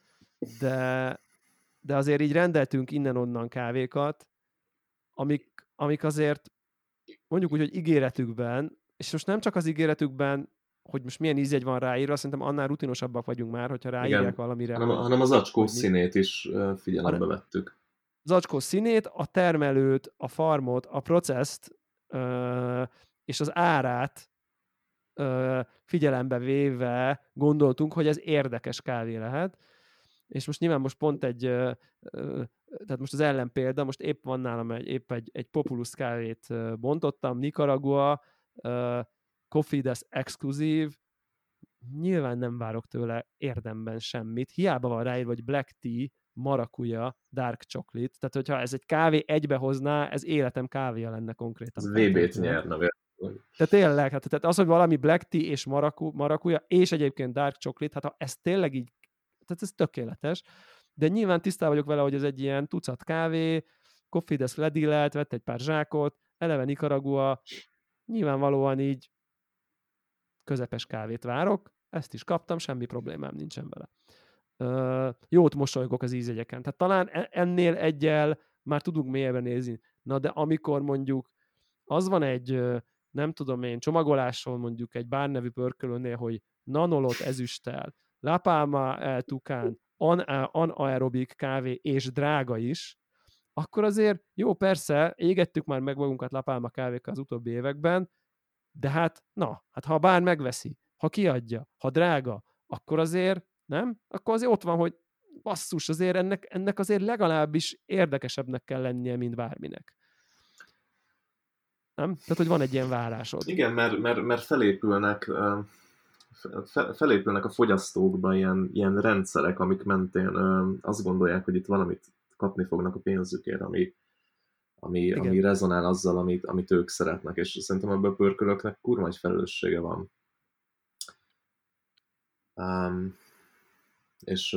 de azért így rendeltünk innen-onnan kávékat, amik azért mondjuk úgy, hogy ígéretükben, és most nem csak az ígéretükben, hogy most milyen ízjegy van ráírva, szerintem annál rutinosabbak vagyunk már, hogyha ráírják valamire, hanem az zacskó színét is figyelembe vettük. Zacskó színét, a termelőt, a farmot, a processzt és az árát figyelembe véve gondoltunk, hogy ez érdekes kávé lehet. És most nyilván most pont tehát most az ellenpélda, most épp van nálam egy Populus kávét bontottam, Nicaragua, Coffee Desk Exclusive, nyilván nem várok tőle érdemben semmit, hiába van ráírva, hogy Black Tea, Maracuja, Dark Chocolate, tehát hogyha ez egy kávé egybehozná, ez életem kávéja lenne konkrétan. Ez VB-t nyerne. Tehát tényleg, tehát az, hogy valami Black Tea és Maracuja, és egyébként Dark Chocolate, hát ha ez tényleg így, tehát ez tökéletes, de nyilván tisztában vagyok vele, hogy ez egy ilyen tucat kávé, Coffee Desk ledillelt, vett egy pár zsákot, eleve Nicaragua, nyilvánvalóan így közepes kávét várok, ezt is kaptam, semmi problémám nincsen vele. Jót mosolygok az ízjegyeken. Tehát talán ennél egyel már tudunk mélyebben nézni. Na de amikor mondjuk az van egy, nem tudom én, csomagoláson mondjuk egy bár nevű pörkölőnél, hogy nanolot ezüsttel, La Palma el Tucán, anaerobik kávé és drága is, akkor azért jó, persze, égettük már meg magunkat La Palma kávékkal az utóbbi években, de hát ha a bár megveszi, ha kiadja, ha drága, akkor azért, nem? Akkor azért ott van, hogy basszus, azért ennek azért legalábbis érdekesebbnek kell lennie, mint bárminek. Nem? Tehát, hogy van egy ilyen várásod. Igen, mert felépülnek a fogyasztókban ilyen rendszerek, amik mentén azt gondolják, hogy itt valamit kapni fognak a pénzükért, ami rezonál azzal, amit ők szeretnek, és szerintem ebben a pörkölöknek kurva egy felelőssége van. És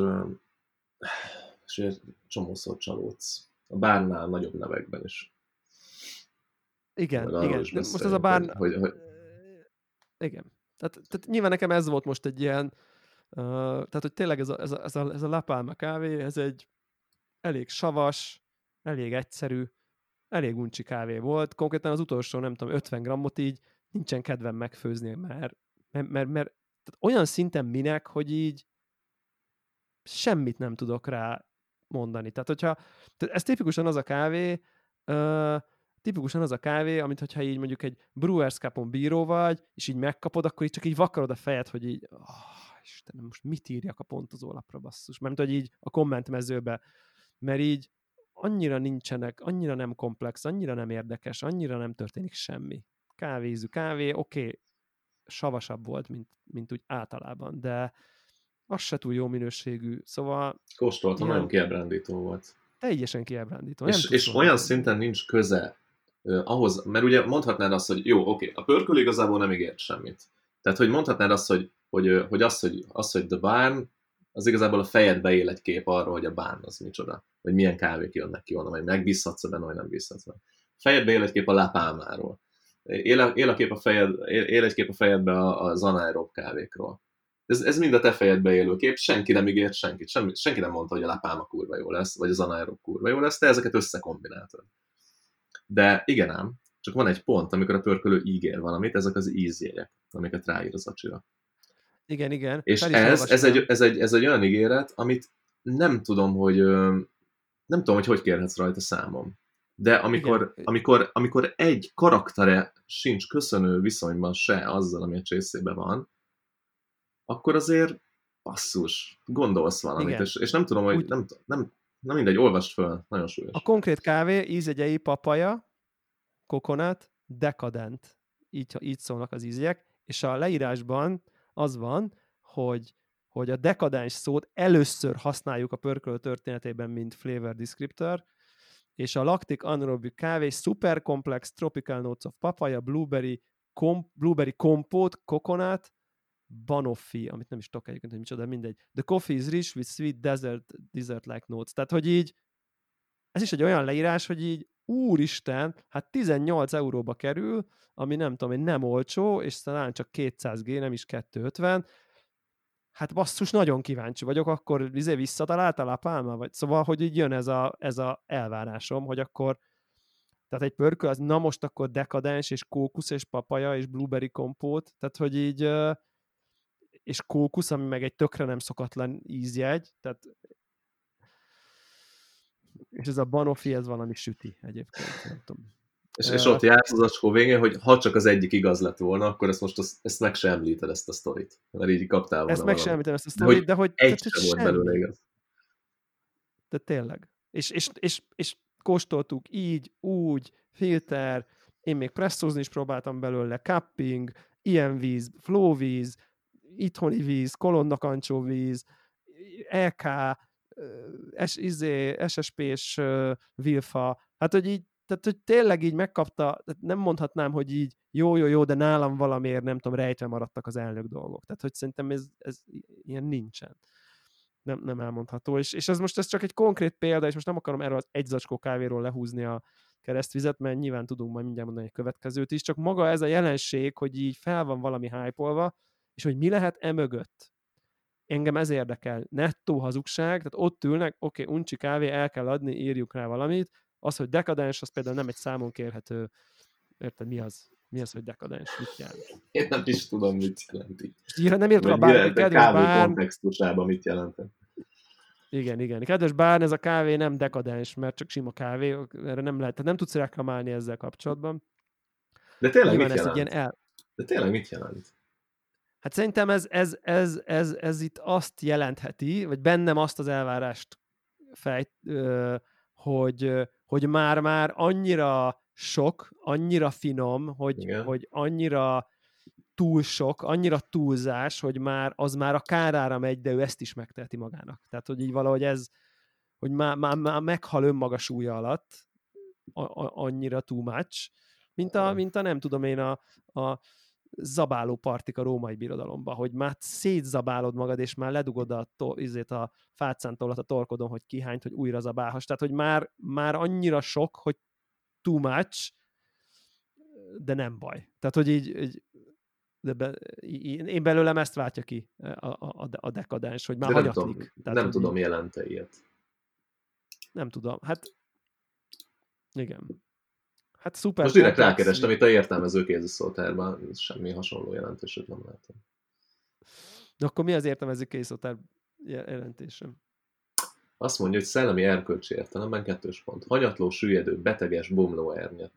csomószor csalódsz. A bárnál nagyobb nevekben is. Igen. Most ez a bár... Hogy... Igen. Tehát nyilván nekem ez volt most egy ilyen... tehát, hogy tényleg ez a La Palma kávé, ez egy elég savas, elég egyszerű, elég uncsi kávé volt. Konkrétan az utolsó, nem tudom, 50 grammot így nincsen kedvem megfőzni, mert tehát olyan szinten minek, hogy így semmit nem tudok rá mondani. Tehát ez tipikusan az a kávé, amit hogyha így mondjuk egy Brewers Cup-on bíró vagy, és így megkapod, akkor így csak így vakarod a fejed, hogy így Istenem, most mit írjak a pontozólapra, basszus. Mert hogy így a kommentmezőbe, mert így annyira nincsenek, annyira nem komplex, annyira nem érdekes, annyira nem történik semmi. Kávézű kávé, oké, savasabb volt, mint úgy általában, de az se túl jó minőségű, szóval... Kóstoltam, nagyon kiábrándító volt. Teljesen kiábrándító. És olyan szinten nincs köze ahhoz, mert ugye mondhatnád azt, hogy jó, oké, a pörkölő igazából nem ígért semmit. Tehát, hogy mondhatnád azt, hogy The Barn, az igazából a fejedbe él egy kép arról, hogy a Barn az micsoda, hogy milyen kávék jönnek ki onnan, vagy megbízhatsz benne, vagy nem bízhatsz benne. Fejedbe él egy kép a La Palmáról. Él egy kép a fejedbe az anaerob kávékról. Ez mind a te fejedbe élő kép, senki nem ígért senkit, senki nem mondta, hogy a La Palma kurva jó lesz, vagy az anaerob kurva jó lesz, te ezeket összekombináltad. De igen ám, csak van egy pont, amikor a pörkölő ígér valamit, ezek az ízjegyek, amiket ráír az acsira. Igen. És ez egy olyan ígéret, amit nem tudom, hogy kérhetsz rajta számom. De amikor egy karaktere sincs köszönő viszonyban se azzal, ami a csészében van, akkor azért basszus, gondolsz valamit, és nem tudom, hogy nem mindegy, olvasd föl, nagyon súlyos. A konkrét kávé ízjegyei papaja, coconut, decadent. Így szólnak az ízjegyek, és a leírásban az van, hogy a dekadens szót először használjuk a pörkölő történetében, mint flavor descriptor, és a lactic anaerobic kávé super complex tropical notes of papaya, blueberry compot, coconut, banoffee, amit nem is tudok egyébként, hogy micsoda, mindegy. The coffee is rich with sweet dessert-like notes. Tehát, hogy így ez is egy olyan leírás, hogy így úristen, hát 18 euróba kerül, ami nem tudom, nem olcsó, és talán csak 200G, nem is 250. Hát basszus, nagyon kíváncsi vagyok, akkor visszataláltál a pálma? Vagy szóval, hogy így jön ez a elvárásom, hogy akkor tehát egy pörköl, az na most akkor dekadens, és kókusz, és papaja, és blueberry kompót, tehát hogy így és kókusz, ami meg egy tökre nem szokatlan ízjegy, tehát és ez a Banoffee, ez valami süti egyébként, nem tudom. És ott jársz az acskó végén, hogy ha csak az egyik igaz lett volna, akkor ezt meg sem említed, ezt a sztorit. Mert így kaptál volna ezt meg sem említem, ezt a sztorit, de hogy egy sem volt belőle igaz. De tényleg. És kóstoltuk így, úgy, filter, én még presszózni is próbáltam belőle, cupping, ilyen víz, flóvíz, itthoni víz, kolonnakancsóvíz, EK, SSP-s vilfa, hát hogy így, tehát hogy tényleg így megkapta, nem mondhatnám, hogy így jó, de nálam valamiért nem tudom, rejtve maradtak az elnök dolgok. Tehát hogy szerintem ez ilyen nincsen. Nem elmondható. És ez csak egy konkrét példa, és most nem akarom erről az egy zacskó kávéról lehúzni a keresztvizet, mert nyilván tudunk majd mindjárt mondani egy következőt is, csak maga ez a jelenség, hogy így fel van valami hype-olva, és hogy mi lehet mögött. Engem ez érdekel. Nettó hazugság, tehát ott ülnek, oké, uncsi kávé, el kell adni, írjuk rá valamit. Az, hogy dekadens, az például nem egy számon kérhető. Érted, mi az? Mi az, hogy dekadens? Mit jelent? Én nem is tudom, mit jelenti. Nem írtam a bármi, kedves bár... kontextusában mit jelent. Igen. Kedves bár, ez a kávé nem dekadens, mert csak sima kávé, erre nem lehet. Tehát nem tudsz reklamálni ezzel kapcsolatban. De tényleg mit jelent? De tényleg mit jelent? Hát szerintem ez itt azt jelentheti, vagy bennem azt az elvárást hogy már annyira sok, annyira finom, hogy annyira túl sok, annyira túlzás, hogy az már a kárára megy, de ő ezt is megteheti magának. Tehát, hogy így valahogy ez, hogy már meghal önmaga súlya alatt, annyira too much, mint a nem tudom én, a zabáló partik a római birodalomban, hogy már szétzabálod magad, és már ledugod a fácántolat a torkodon, hogy kihányt, hogy újra zabálhass. Tehát, hogy már annyira sok, hogy too much, de nem baj. Tehát, hogy így én belőlem ezt váltja ki a dekadens, hogy már de hanyatlik. Nem tudom, jelente ilyet. Nem tudom. Hát igen. Hát szuper. Most direkt rákerestem, itt a értelmező kéziszótárban semmi hasonló jelentését nem látom. De akkor mi az értelmező kéziszótár jelentésem? Azt mondja, hogy szellemi erkölcsi értelemben 2 pont. Hanyatló, süllyedő, beteges, bomló ernyet.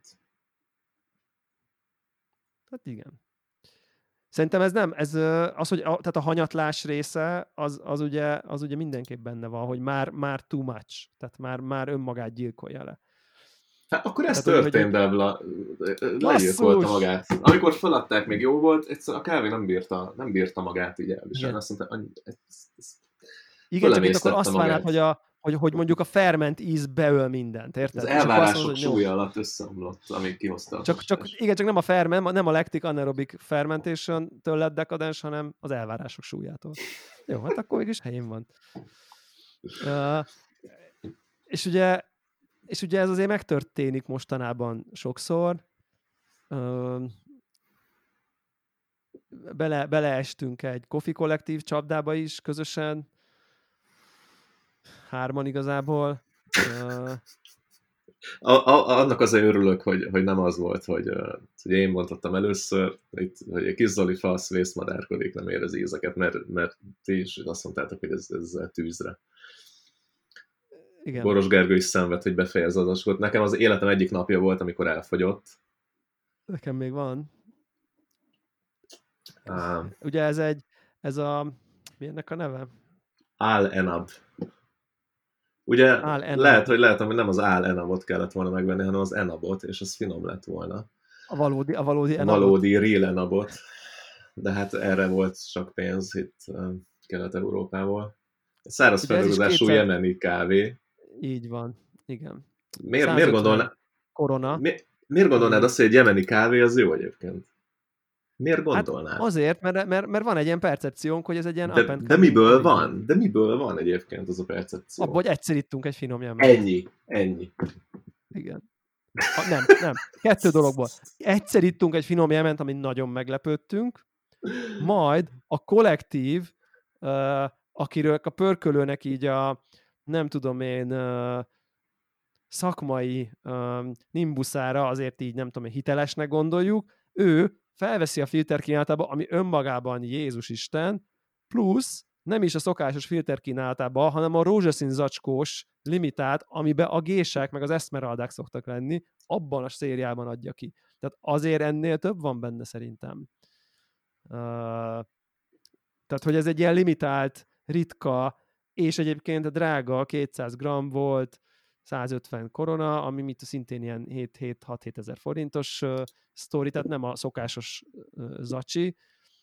Hát igen. Szerintem ez nem, hogy tehát a hanyatlás része, az ugye mindenképp benne van, hogy már too much, tehát már önmagát gyilkolja le. Hát akkor ez tehát, történt, Debla. Legyilkolta magát. Amikor feladták, még jó volt, egyszerűen a kávé nem bírta magát így elviselni. Azt mondta, igen, csak itt akkor azt várnád, hogy mondjuk a ferment íz beöl mindent, érted? Az elvárások súlya alatt összeomlott, amíg kihozta. Csak nem a ferment, nem a lactic anaerobic fermentation-től lett dekadens, hanem az elvárások súlyától. Jó, hát akkor mégis helyén van. És ugye ez azért megtörténik mostanában sokszor. Beleestünk egy Coffee kollektív csapdába is közösen. 3 igazából. Annak azért örülök, hogy nem az volt, hogy én mondhattam először, hogy egy kis Zoli fasz vészmadárkodik, nem érez ízeket, mert ti is azt mondtátok, hogy ez tűzre. Igen. Boros Gergő is szenved, hogy befejez az askot. Nekem az életem egyik napja volt, amikor elfogyott. Nekem még van. Ugye mi ennek a neve? Al-Enab. Ugye lehet, hogy nem az Al-Enabot kellett volna megvenni, hanem az Enabot, és az finom lett volna. A valódi Enabot. A valódi real Enabot. De hát erre volt csak pénz itt Kelet-Európából. Száraz feldolgozású jemeni kávé. Így van, igen. Miért gondolnád? Korona. Miért gondolnád azt, hogy egy jemeni kávé az jó egyébként? Miért gondolnád? Hát azért, mert van egy ilyen percepciónk, hogy ez egy ilyen de miből van? De miből van egyébként az a percepció? Abban, hogy egyszer ittunk egy finom jemen. Ennyi. Igen. Nem. 2 dologból. Egyszer ittunk egy finom jement, amin nagyon meglepődtünk, majd a kollektív, akiről a pörkölőnek így a nem tudom én szakmai nimbuszára azért így nem tudom én hitelesnek gondoljuk, ő felveszi a filter kínálatába, ami önmagában Jézus Isten, Plusz nem is a szokásos filter kínálatában, hanem a rózsaszín zacskós limitált, amiben a gések meg az eszmeraldák szoktak lenni, abban a szériában adja ki. Tehát azért ennél több van benne szerintem. Tehát, hogy ez egy ilyen limitált, ritka, és egyébként drága, 200 g volt, 150 korona, ami szintén ilyen 6-7 ezer forintos sztori, tehát nem a szokásos zacsi.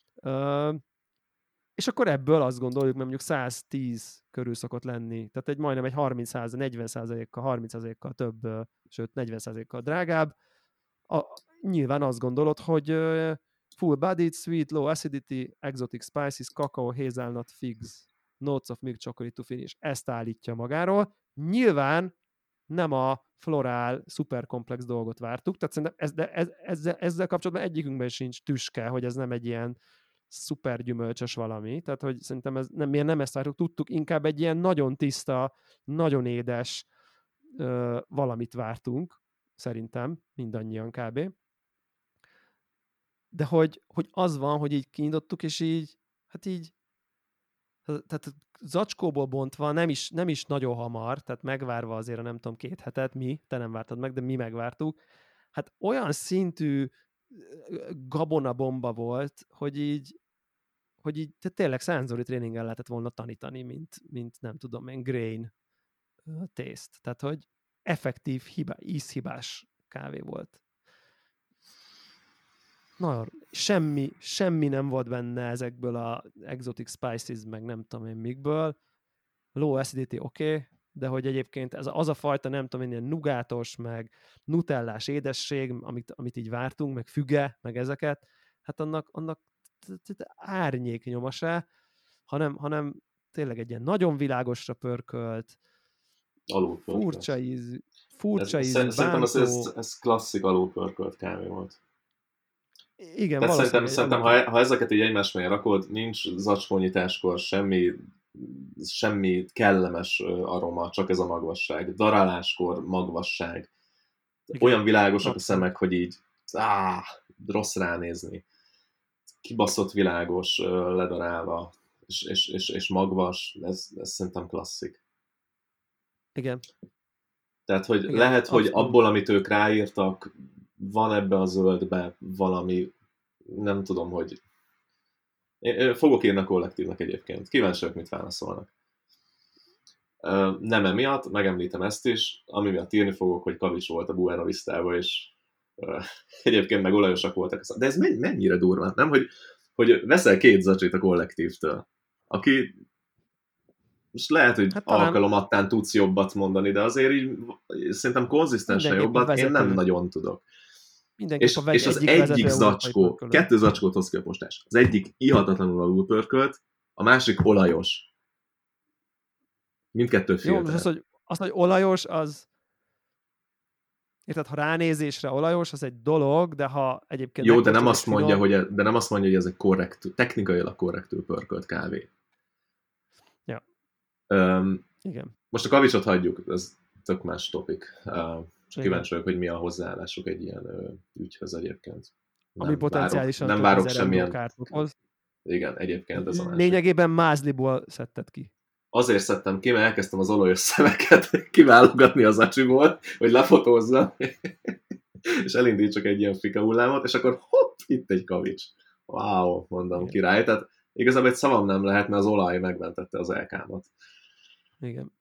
És akkor ebből azt gondoljuk, mert mondjuk 110 körül szokott lenni, tehát majdnem egy 40%-kal, 30%-kal több, sőt 40%-kal drágább. Nyilván azt gondolod, hogy full bodied, sweet, low acidity, exotic spices, cacao, hazelnut, figs, notes of milk chocolate to finish. Ezt állítja magáról. Nyilván nem a florál, szuperkomplex dolgot vártuk, tehát szerintem ezzel kapcsolatban egyikünkben sincs tüske, hogy ez nem egy ilyen szuper gyümölcsös valami, tehát hogy szerintem miért nem ezt vártuk, tudtuk, inkább egy ilyen nagyon tiszta, nagyon édes valamit vártunk, szerintem, mindannyian kb. De hogy az van, hogy így kinyitottuk, és így, tehát zacskóból bontva, nem is nagyon hamar, tehát megvárva azért a nem tudom 2 hetet, te nem vártad meg, de mi megvártuk, hát olyan szintű gabonabomba volt, hogy így tényleg szenzori tréninggel lehetett volna tanítani, mint nem tudom én, grain taste. Tehát, hogy effektív ízhibás kávé volt. Nagyon, semmi nem volt benne ezekből a exotic spices, meg nem tudom én mikből. Low acidity oké, de hogy egyébként az a fajta, nem tudom én, ilyen nugátos, meg nutellás édesség, amit így vártunk, meg füge, meg ezeket, hát annak árnyék nyoma se, hanem tényleg egy ilyen nagyon világosra pörkölt, furcsa ízű, Szerintem ez klasszik alulpörkölt kávé volt. Igen, tehát szerintem ha ezeket így egymás mellé rakod, nincs zacskónyitáskor semmi kellemes aroma, csak ez a magvasság. Daráláskor magvasság. Igen. Olyan világosak a szemek, hogy így rossz ránézni. Kibaszott világos, ledarálva, és magvas, ez szerintem klasszik. Igen. Tehát, hogy igen, lehet, hogy abból, amit ők ráírtak, van ebbe a zöldbe valami, nem tudom, hogy... Én fogok írni a kollektívnak egyébként. Kíváncsiak, mit válaszolnak. Nem emiatt, megemlítem ezt is, ami miatt írni fogok, hogy kavics volt a Buena Vistában, és egyébként meg olajosak voltak. De ez mennyire durva, nem? Hogy veszel 2 zacsit a kollektívtől, aki most lehet, hogy alkalomattán tudsz jobbat mondani, de azért így szerintem konzisztensen jobbat én nem nagyon tudok. És az egyik zacskó, 2 zacskót hoz ki a postás. Az egyik ihatatlanul alulpörkölt, a másik olajos. Mindkettő filter. Jó, az, hogy olajos, az... Érted, ha ránézésre olajos, az egy dolog, de ha egyébként... Jó, de nem azt mondja, hogy ez egy technikailag korrektül pörkölt kávé. Ja. Igen. Most a kavicsot hagyjuk, ez tök más topik. Kíváncsi vagyok, hogy mi a hozzáállásuk egy ilyen ügyhöz egyébként. Ami potenciálisan nem várok semmilyen kártokhoz. Igen, egyébként ez a másik. Lényegében mázliból szedted ki. Azért szedtem ki, mert elkezdtem az olajos szemeket kiválogatni az acsiból, hogy lefotózzam, és elindítsak egy ilyen fika hullámot, és akkor hopp, itt egy kavics. Wow, mondom, király. Tehát igazából egy szavam nem lehet, mert az olaj megmentette az elkámat. Igen.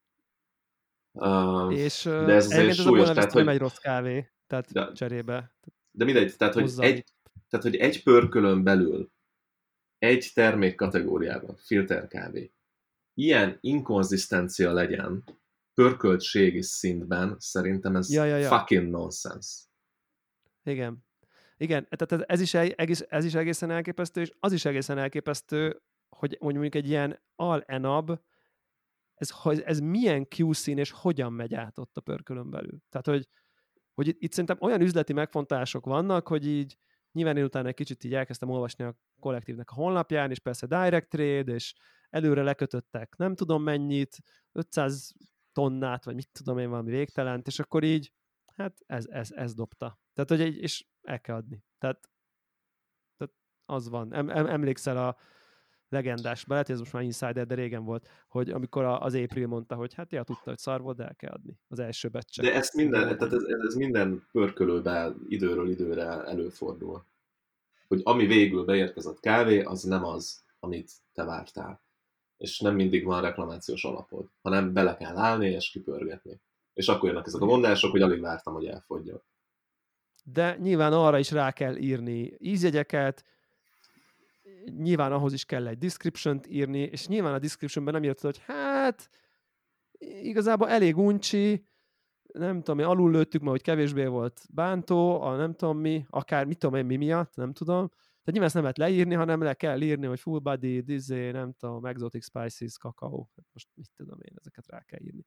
És de ez azért súlyos. Tehát, nem egy rossz kávé, tehát cserébe. De mindegy, tehát hogy egy pörkölön belül, egy termék kategóriában, filterkávé, ilyen inkonzisztencia legyen pörköltségi szintben, szerintem ez fucking nonsense. Igen. Igen, tehát ez is egészen elképesztő, és az is egészen elképesztő, hogy mondjuk egy ilyen al-enab, ez milyen QC-n és hogyan megy át ott a pörkölön belül. Tehát, hogy itt szerintem olyan üzleti megfontolások vannak, hogy így nyilván én utána egy kicsit így elkezdtem olvasni a kollektívnek a honlapján, és persze direct trade, és előre lekötöttek nem tudom mennyit, 500 tonnát, vagy mit tudom én, valami végtelent, és akkor így, hát ez dobta. Tehát, hogy és el kell adni. Tehát az van. Emlékszel legendás, lehet, hogy ez most már insider, de régen volt, hogy amikor az April mondta, hogy hát ja, tudta, hogy szar volt, de el kell adni az első batch-et. De ezt minden, tehát ez minden pörkölőben időről időre előfordul. Hogy ami végül beérkezett kávé, az nem az, amit te vártál. És nem mindig van reklamációs alapod, hanem bele kell állni és kipörgetni. És akkor jönnek ezek a mondások, hogy alig vártam, hogy elfogyjon. De nyilván arra is rá kell írni ízjegyeket, nyilván ahhoz is kell egy description-t írni, és nyilván a descriptionben nem írtad, hogy hát igazából elég uncsi, nem tudom, alul lőttük ma, hogy kevésbé volt bántó, nem tudom mi, akár mit tudom én mi miatt, nem tudom. Tehát nyilván ezt nem lehet leírni, hanem le kell írni, hogy full body, nem tudom, exotic spices, kakaó. Most mit tudom én, ezeket rá kell írni.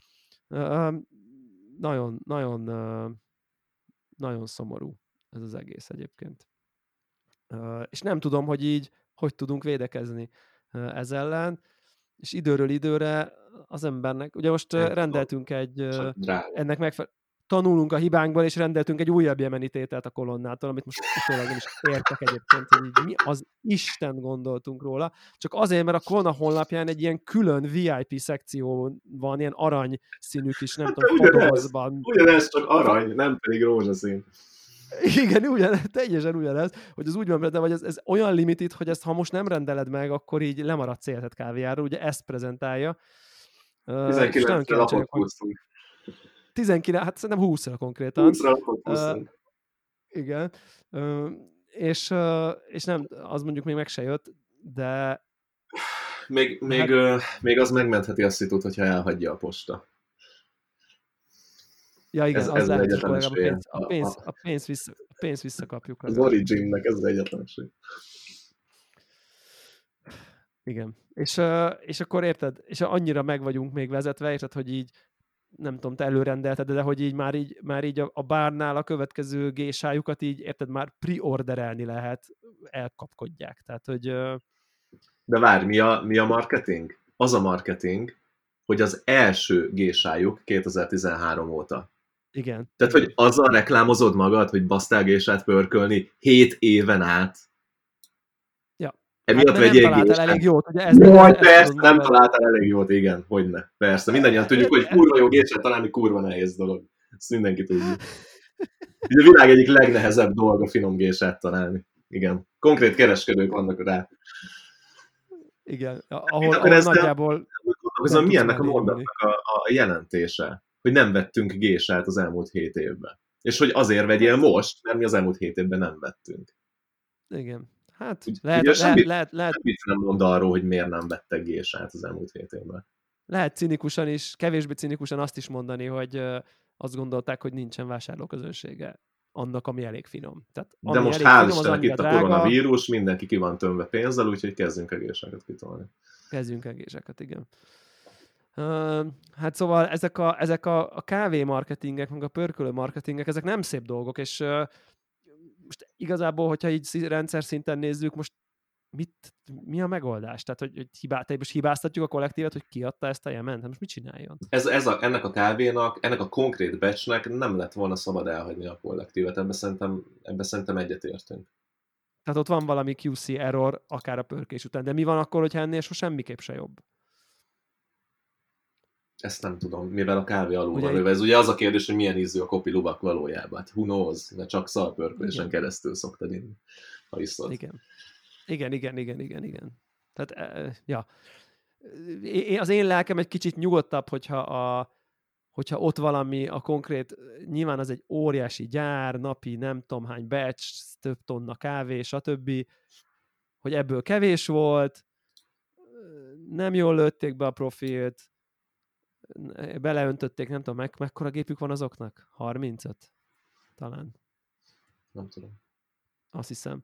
Nagyon szomorú ez az egész egyébként. És nem tudom, hogy így hogy tudunk védekezni ez ellen, és időről időre az embernek, ugye most rendeltünk ennek megfelelően, tanulunk a hibánkból, és rendeltünk egy újabb jemeni tételt a kolonnától, amit most utólag nem is értek egyébként, hogy így mi az Isten gondoltunk róla, csak azért, mert a kolonna honlapján egy ilyen külön VIP szekció van, ilyen arany színű kis, nem tudom, fadozban. Ugyanez, csak arany, nem pedig rózsaszín. Igen, teljesen ugyanez, hogy az úgy van, de vagy ez olyan limited, hogy ezt ha most nem rendeled meg, akkor így lemaradsz életed kávéjáról, ugye ezt prezentálja. 19-re lapot húztunk. 19, hát szerintem 20-ra konkrétan. 20-ra lapot húztunk. Igen. És nem, az mondjuk még meg se jött, de... Még az megmentheti a szitut, hogyha elhagyja a posta. Ja, igen, az lehet, hogy a pénzt visszakapjuk. Az Originnek ez az egyetlenség. Igen. És akkor érted, és annyira meg vagyunk még vezetve, érted, hogy így nem tudom, te előrendelted, de hogy így már így a bárnál a következő gésájukat így, érted, már pre-orderelni lehet, elkapkodják. Tehát, hogy... De várj, mi a marketing? Az a marketing, hogy az első gésájuk 2013 óta. Igen. Tehát, hogy azzal reklámozod magad, hogy basztál gésát pörkölni 7 éven át. Ja. Emiatt vegyél nem találtál elég jót, ugye? Persze, nem találtál elég jót, igen, hogyne. Persze, mindannyian tudjuk, hogy kurva jó gésát találni kurva nehéz dolog. Ezt mindenki tudja. A világ egyik legnehezebb dolga finom gésát találni. Igen. Konkrét kereskedők vannak rá. Igen. Ahol nagyjából... Mi ennek a mondatnak a jelentése? Hogy nem vettünk gésát az elmúlt 7 évben. És hogy azért vegyél most, mert mi az elmúlt 7 évben nem vettünk. Igen. Hát lehet. Semmit nem mond arról, hogy miért nem vettek gésát az elmúlt 7 évben. Lehet cinikusan is, kevésbé cinikusan azt is mondani, hogy azt gondolták, hogy nincsen vásárlóközönsége annak, ami elég finom. Tehát, ami de most hál' Istennek itt a koronavírus, mindenki ki van tömve pénzzel, úgyhogy kezdjünk el géseket kitolni. Kezdjünk el géseket, igen. Hát szóval ezek a kávé marketingek, meg a pörkölő marketingek, ezek nem szép dolgok, és most igazából, hogyha így rendszer szinten nézzük, most mi a megoldás? Tehát, hogy most hibáztatjuk a kollektívet, hogy kiadta ezt a Jement? Hát most mit csináljon? Ennek a kávénak, ennek a konkrét batchnek nem lett volna szabad elhagyni a kollektívet. Ebben szerintem egyetértünk. Tehát ott van valami QC error, akár a pörkés után. De mi van akkor, hogyha ennél semmiképp se jobb? Ezt nem tudom, mivel a kávé alul van lőve. Ez ugye az a kérdés, hogy milyen ízű a kopi lubak valójában. Hát who knows, mert csak szalpörkölésen keresztül szoktad inni, ha iszod. Igen. Tehát, ja. Az én lelkem egy kicsit nyugodtabb, hogyha ott valami a konkrét, nyilván az egy óriási gyár, napi nem tudom hány batch, több tonna kávé, stb., hogy ebből kevés volt, nem jól lőtték be a profilt, beleöntötték, nem tudom, mekkora gépük van azoknak? 35? Talán. Nem tudom. Azt hiszem.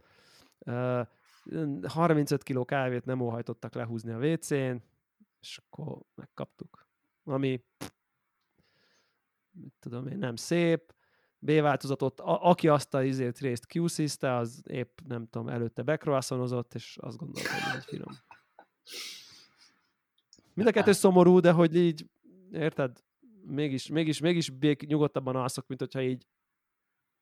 35 kiló kávét nem óhajtottak lehúzni a WC-n, és akkor megkaptuk. Ami, tudom én, nem szép. B-változatot, aki azt a részt QC-zte, az épp, nem tudom, előtte backroassonozott, és azt gondolta, hogy ez finom. Mind a kettő szomorú, de hogy így, érted? Mégis nyugodtabban alszok, mint hogyha így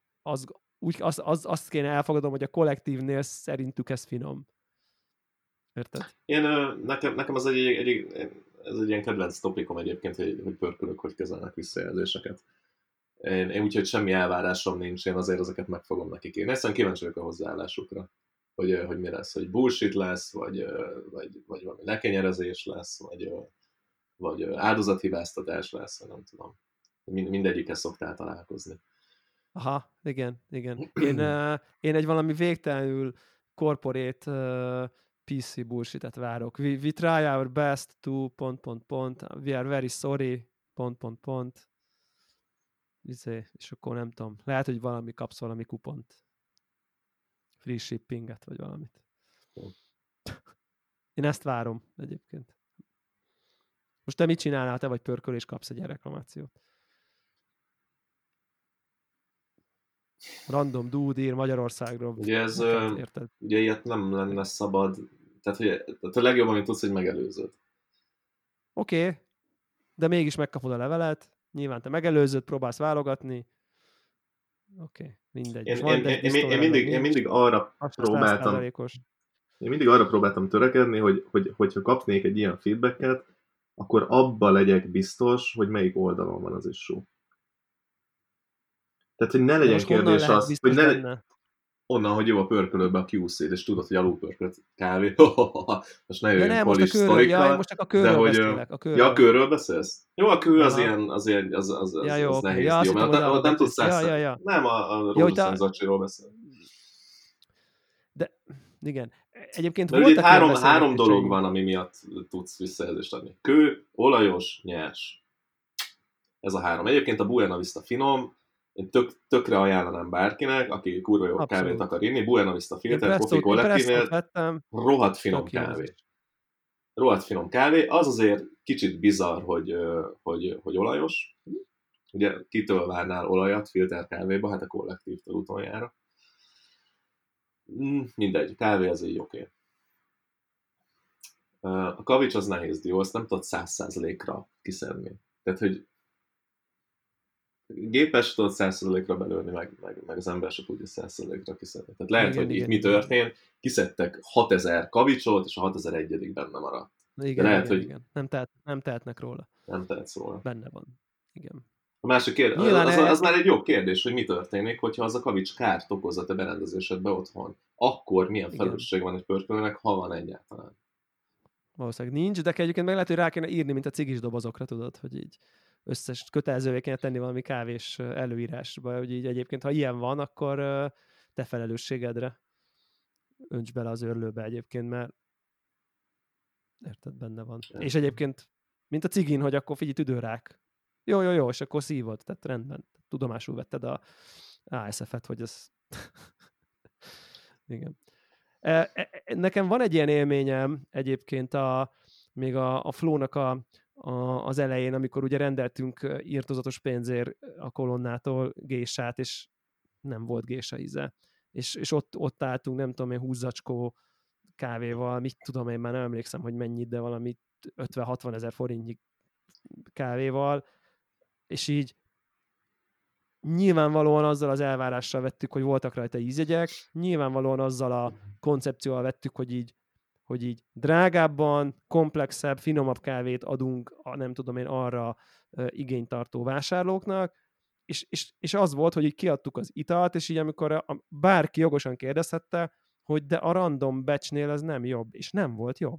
azt kéne elfogadom, hogy a kollektívnél szerintük ez finom. Érted? Nekem ez egy ilyen kedvenc topikom egyébként, hogy pörkölök, hogy kezelnek visszajelzéseket. Én úgyhogy semmi elvárásom nincs, én azért ezeket meg fogom nekik írni. Egyszerűen kíváncsi vagyok a hozzáállásukra, hogy mi lesz, hogy bullshit lesz, vagy valami lekenyerezés lesz, vagy áldozathibáztatás lesz, vagy nem tudom. Mindegyikkel szoktál találkozni. Aha, igen. Én egy valami végtelenül corporate PC bullshit-et várok. We try our best to ... We are very sorry ... És akkor nem tudom. Lehet, hogy kapsz valami kupont. Free shippinget, vagy valamit. Én ezt várom egyébként. Most te mit csinálnál, te vagy pörköl, és kapsz egy ilyen reklamációt? Random dude ír Magyarországról. Ugye ez, érted? Ugye ilyet nem lenne szabad. Tehát a legjobb, amit tudsz, hogy megelőzöd. Oké, de mégis megkapod a levelet, nyilván te megelőzöd, próbálsz válogatni. Oké, mindegy. Én mindig arra próbáltam. Én mindig arra próbáltam törekedni, hogyha kapnék egy ilyen feedbacket, akkor abba legyek biztos, hogy melyik oldalon van az issue. Tehát, hogy ne legyen kérdés az, hogy onnan, hogy jó a pörkölőbe a QC-d, és tudod, hogy alul pörkölt kávé. Most ne jöjjön polis sztorikkal. Most csak a körről beszélek. A körről beszélsz? Jó, a kő az ilyen, az nehéz dió, mert nem tudsz Nem, a rózsaszín zacsiról beszél. De, igen. Egyébként de voltak három dolog van, ami miatt tudsz visszajelzést adni. Kő, olajos, nyers. Ez a három. Egyébként a Buena Vista finom, én tökre ajánlanám bárkinek, aki kurva jó kávét akar inni. Buena Vista Filter, Coffee Collective-nél rohadt finom kávé. Rohadt finom kávé. Az azért kicsit bizarr, hogy olajos. Ugye kitől várnál olajat filter kávéba? Hát a Collective-től utoljára. Mindegy, kávé az így oké. A kavics az nehéz dió, azt nem tudod 100%-ra kiszedni. Tehát, hogy gépes tudod 100%-ra belőni, meg az ember se tudja 100%-ra kiszedni. Tehát lehet, hogy itt mi történt, kiszedtek 6000 kavicsot, és a 6001 benne maradt. Igen. Nem tehetnek róla. Nem tehetsz róla. Benne van. Igen. A másik kérdés, az már egy jobb kérdés, hogy mi történik, hogyha az a kavics kárt okoz a te berendezésedbe otthon. Akkor milyen felelősség van egy pörkölőnek, ha van egyáltalán? Valószínűleg nincs, de egyébként meg lehet, hogy rá kéne írni, mint a cigis dobozokra, tudod, hogy így összes kötelezővé kéne tenni valami kávés előírásba, hogy így egyébként, ha ilyen van, akkor te felelősségedre önts bele az őrlőbe egyébként, mert érted, benne van. Ja. És egyébként, mint a cigin, hogy akkor figyelj, tüdőrák. Jó, és akkor szívod, tehát rendben. Tudomásul vetted a ASF-et, hogy ez... Igen. Nekem van egy ilyen élményem egyébként még a Flow-nak az elején, amikor ugye rendeltünk irtózatos pénzért a kolonnától gésát, és nem volt gésa íze. És ott álltunk, nem tudom én, 20 zacskó kávéval, mit tudom én, már nem emlékszem, hogy mennyit, de valami 50-60 ezer forintnyi kávéval, és így nyilvánvalóan azzal az elvárással vettük, hogy voltak rajta ízjegyek, nyilvánvalóan azzal a koncepcióval vettük, hogy így drágábban, komplexebb, finomabb kávét adunk, nem tudom én, arra igénytartó vásárlóknak, és az volt, hogy így kiadtuk az italt, és így amikor bárki jogosan kérdezhette, hogy de a random batchnél ez nem jobb, és nem volt jobb.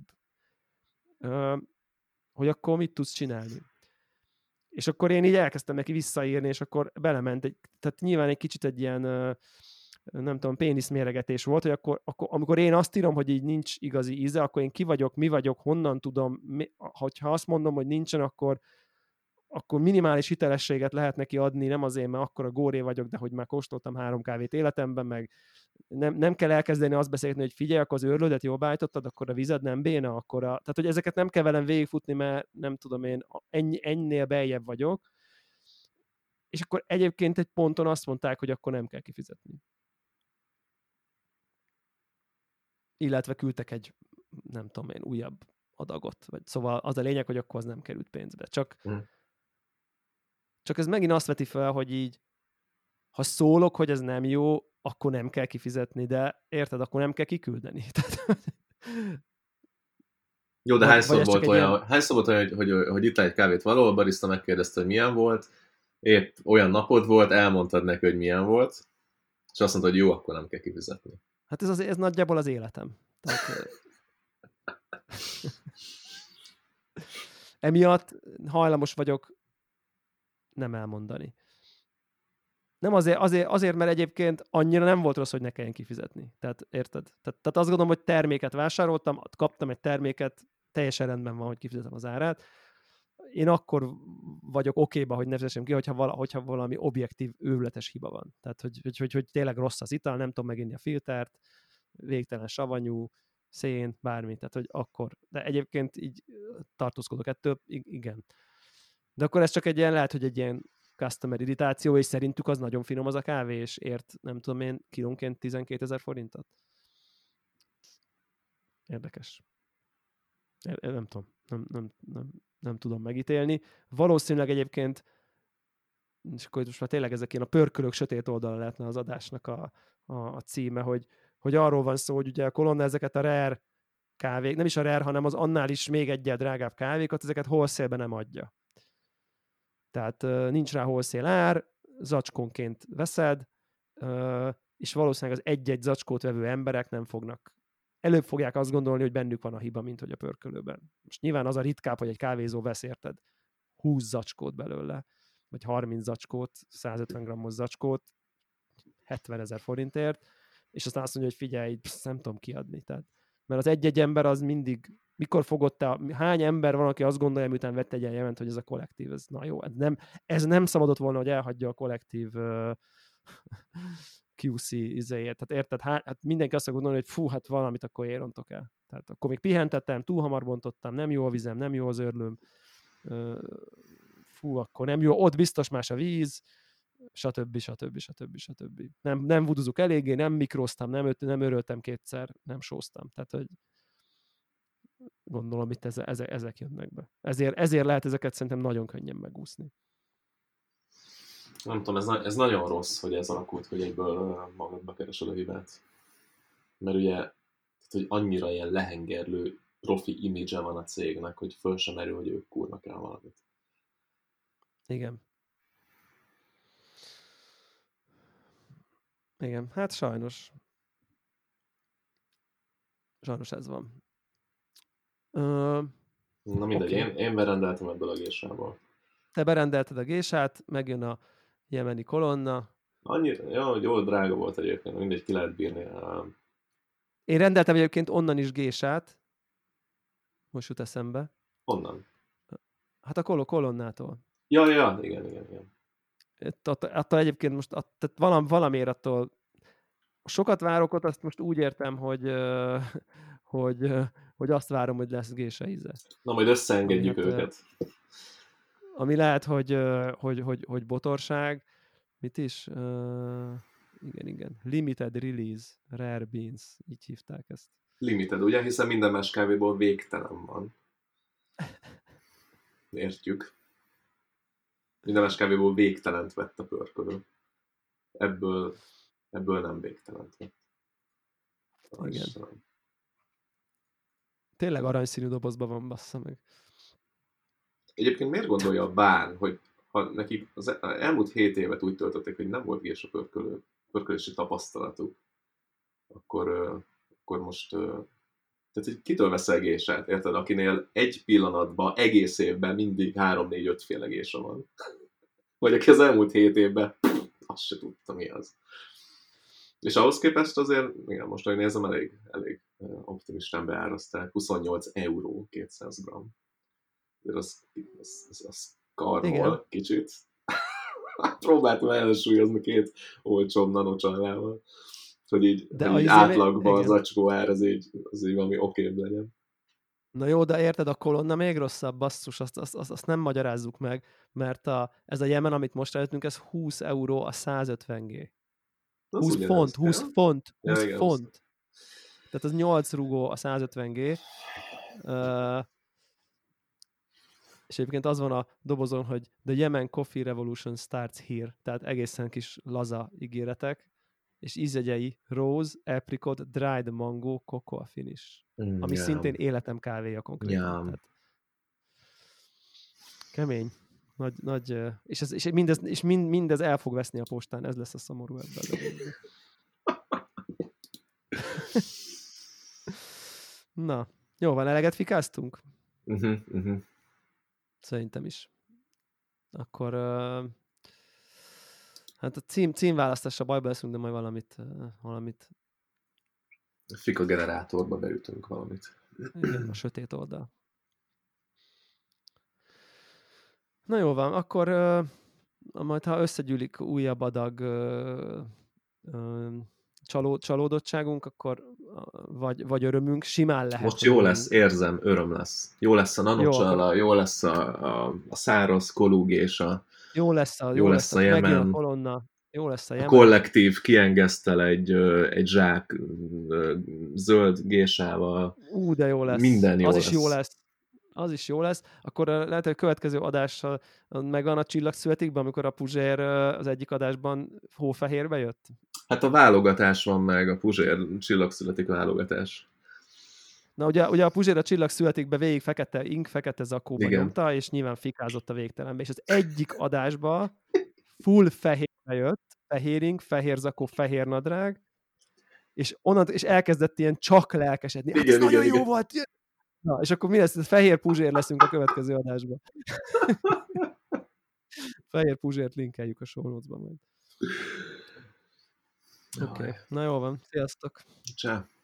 Hogy akkor mit tudsz csinálni? És akkor én így elkezdtem neki visszaírni, és akkor belement tehát nyilván egy kicsit egy ilyen, nem tudom, péniszméregetés volt, hogy akkor amikor én azt írom, hogy így nincs igazi íze, akkor én ki vagyok, mi vagyok, honnan tudom, hogyha azt mondom, hogy nincsen, akkor minimális hitelességet lehet neki adni, nem azért, mert akkora góré vagyok, de hogy már kóstoltam 3 kávét életemben, meg nem kell elkezdeni azt beszélni, hogy figyelj, akkor az őrlődet jól beállítottad, akkor a vized nem béna, tehát hogy ezeket nem kell velem végigfutni, mert nem tudom én, ennél beljebb vagyok. És akkor egyébként egy ponton azt mondták, hogy akkor nem kell kifizetni. Illetve küldtek egy, nem tudom én, újabb adagot. Szóval az a lényeg, hogy akkor az nem került pénzbe. Csak ez megint azt veti fel, hogy így, ha szólok, hogy ez nem jó, akkor nem kell kifizetni, de érted, akkor nem kell kiküldeni. Jó, de hányszor volt olyan, hogy itt egy kávét valahol, a barista megkérdezte, hogy milyen volt, épp olyan napod volt, elmondtad neki, hogy milyen volt, és azt mondta, hogy jó, akkor nem kell kifizetni. Hát ez nagyjából az életem. Tehát, emiatt hajlamos vagyok nem elmondani. Nem azért, mert egyébként annyira nem volt rossz, hogy ne kelljen kifizetni. Tehát érted? Tehát azt gondolom, hogy terméket vásároltam, kaptam egy terméket, teljesen rendben van, hogy kifizetem az árát. Én akkor vagyok okéba, hogy ne fizessem ki, hogyha valami objektív, őrületes hiba van. Tehát, hogy tényleg rossz az ital, nem tudom meginni a filtert, végtelen savanyú, szén, bármi. Tehát, hogy akkor. De egyébként így tartózkodok ettől, igen. De akkor ez csak lehet, hogy egy ilyen customer irritáció, és szerintük az nagyon finom az a kávé, és ért, nem tudom én, kilónként 12 000 forintot. Érdekes. Nem tudom. Nem tudom megítélni. Valószínűleg egyébként, és akkor most már tényleg ezek ilyen a pörkölök sötét oldala lehetne az adásnak a címe, hogy arról van szó, hogy ugye a Colonna ezeket a rare kávék, nem is a rare, hanem az annál is még egyel drágább kávékat, ezeket wholesale-ben nem adja. Tehát nincs rá wholesale ár, zacskónként veszed, és valószínűleg az egy-egy zacskót vevő emberek nem fognak. Előbb fogják azt gondolni, hogy bennük van a hiba, mint hogy a pörkölőben. Most nyilván az a ritkább, hogy egy kávézó vesz érted 20 zacskót belőle, vagy 30 zacskót, 150 grammos zacskót, 70 000 forintért, és aztán azt mondja, hogy figyelj, nem tudom kiadni. Tehát, mert az egy-egy ember az mindig, mikor fogod te, hány ember van, aki azt gondolja, miután vett egy ilyen jelent, hogy ez a kollektív, ez na jó, ez nem szabadott volna, hogy elhagyja a kollektív QC izéjét. Tehát érted, hát mindenki azt gondolja, hogy fú, hát valamit akkor érontok el. Tehát akkor még pihentettem, túl hamar bontottam, nem jó a vizem, nem jó az örlőm, fú, akkor nem jó, ott biztos más a víz, stb. Nem vuduzuk eléggé, nem mikroztam, nem öröltem kétszer, nem sóztam. Tehát, hogy gondolom, itt ezek jönnek be. Ezért lehet ezeket szerintem nagyon könnyen megúszni. Nem tudom, ez nagyon rossz, hogy ez alakult, hogy egyből magadba keresed a hibát. Mert ugye, hogy annyira ilyen lehengerlő profi image van a cégnek, hogy föl sem merül, hogy ők kúrnak el valamit. Igen. Igen, hát sajnos. Sajnos ez van. Na mindegy, okay. Én berendeltem ebből a gésából. Te berendelted a gésát, megjön a jemeni kolonna. Annyira, jó drága volt egyébként, mindegy, ki lehet bírni. Én rendeltem egyébként onnan is gésát. Most jut eszembe. Onnan? Hát a kolonnától. Ja, igen. Attól egyébként most, tehát valamiért attól sokat várok ott, azt most úgy értem, hogy azt várom, hogy lesz gésa íze. Na, majd összeengedjük őket. Ami lehet, hogy botorság. Mit is? Igen. Limited release, rare beans. Így hívták ezt. Limited, ugye? Hiszen minden más kávéból végtelen van. Értjük. Minden más kávéból végtelent vett a pörkölő. Ebből nem végtelent vett. Igen. Tényleg aranyszínű dobozban van, bassza meg. Egyébként miért gondolja a Bán, hogy ha nekik az elmúlt 7 évet úgy töltötték, hogy nem volt gés a pörkölési tapasztalatuk, akkor most... Tehát, hogy kitől veszel gésát, érted? Akinél egy pillanatban, egész évben mindig 3-4-5 féle gésa van. Vagy aki az elmúlt 7 évben, azt se tudtam mi az. És ahhoz képest azért, igen, most ahogy nézem, elég optimistán beáraszták. 28 euró 200 gram. Az karmol kicsit. Próbáltam ellensúlyozni 2 olcsóbb nanocsallával. Hogy így átlagban az acskó ár az így valami okébb legyen. Na jó, de érted, a kolonna még rosszabb, basszus, azt nem magyarázzuk meg, mert ez a Jemen, amit most előttünk, ez 20 euró a 150 G. 20 font. Tehát az 8 rugó a 150 G. És egyébként az van a dobozon, hogy The Yemen Coffee Revolution starts here, tehát egészen kis laza ígéretek, és ízegyei rose, apricot, dried mango, cocoa finish. Ami szintén életem kávéja konkrétan. Tehát kemény. Nagy, és mindez el fog veszni a postán, ez lesz a szomorú ebben. Na, jó van, eleget fikáztunk? Szerintem is. Akkor hát a címválasztással bajba leszünk, de majd valamit. A fika generátorba beütünk valamit. Igen, a sötét oldal. Na jó van, akkor majd ha összegyűlik újabb adag csalódottságunk, akkor vagy örömünk, simán lehet. Most jó lesz, érzem, öröm lesz. Jó lesz a nanocsala, jó lesz a száraz kolúg és jó lesz a Jemen. Jó lesz a Jemen. A kollektív kiengesztel egy zsák zöld gésával. De jó lesz. Minden jó lesz. Az is jó lesz. Akkor lehet, hogy a következő adással megvan a Csillag születikben, amikor a Puzsér az egyik adásban hófehérbe jött? Hát a válogatás van meg, a Puzsér Csillag születik válogatás. Na ugye a Puzsér a Csillag születikbe végig fekete zakóba nyomta, és nyilván fikázott a végtelenbe. És az egyik adásba full fehérbe jött, fehér fehér zakó, fehér nadrág, és elkezdett ilyen csak lelkesedni. Hát ez nagyon jó volt! Na, és akkor mi lesz? Fehér Puzsér leszünk a következő adásban. Fehér Puzsért linkeljük a show notes-ban majd. Oké. Na jó van. Sziasztok! Csá!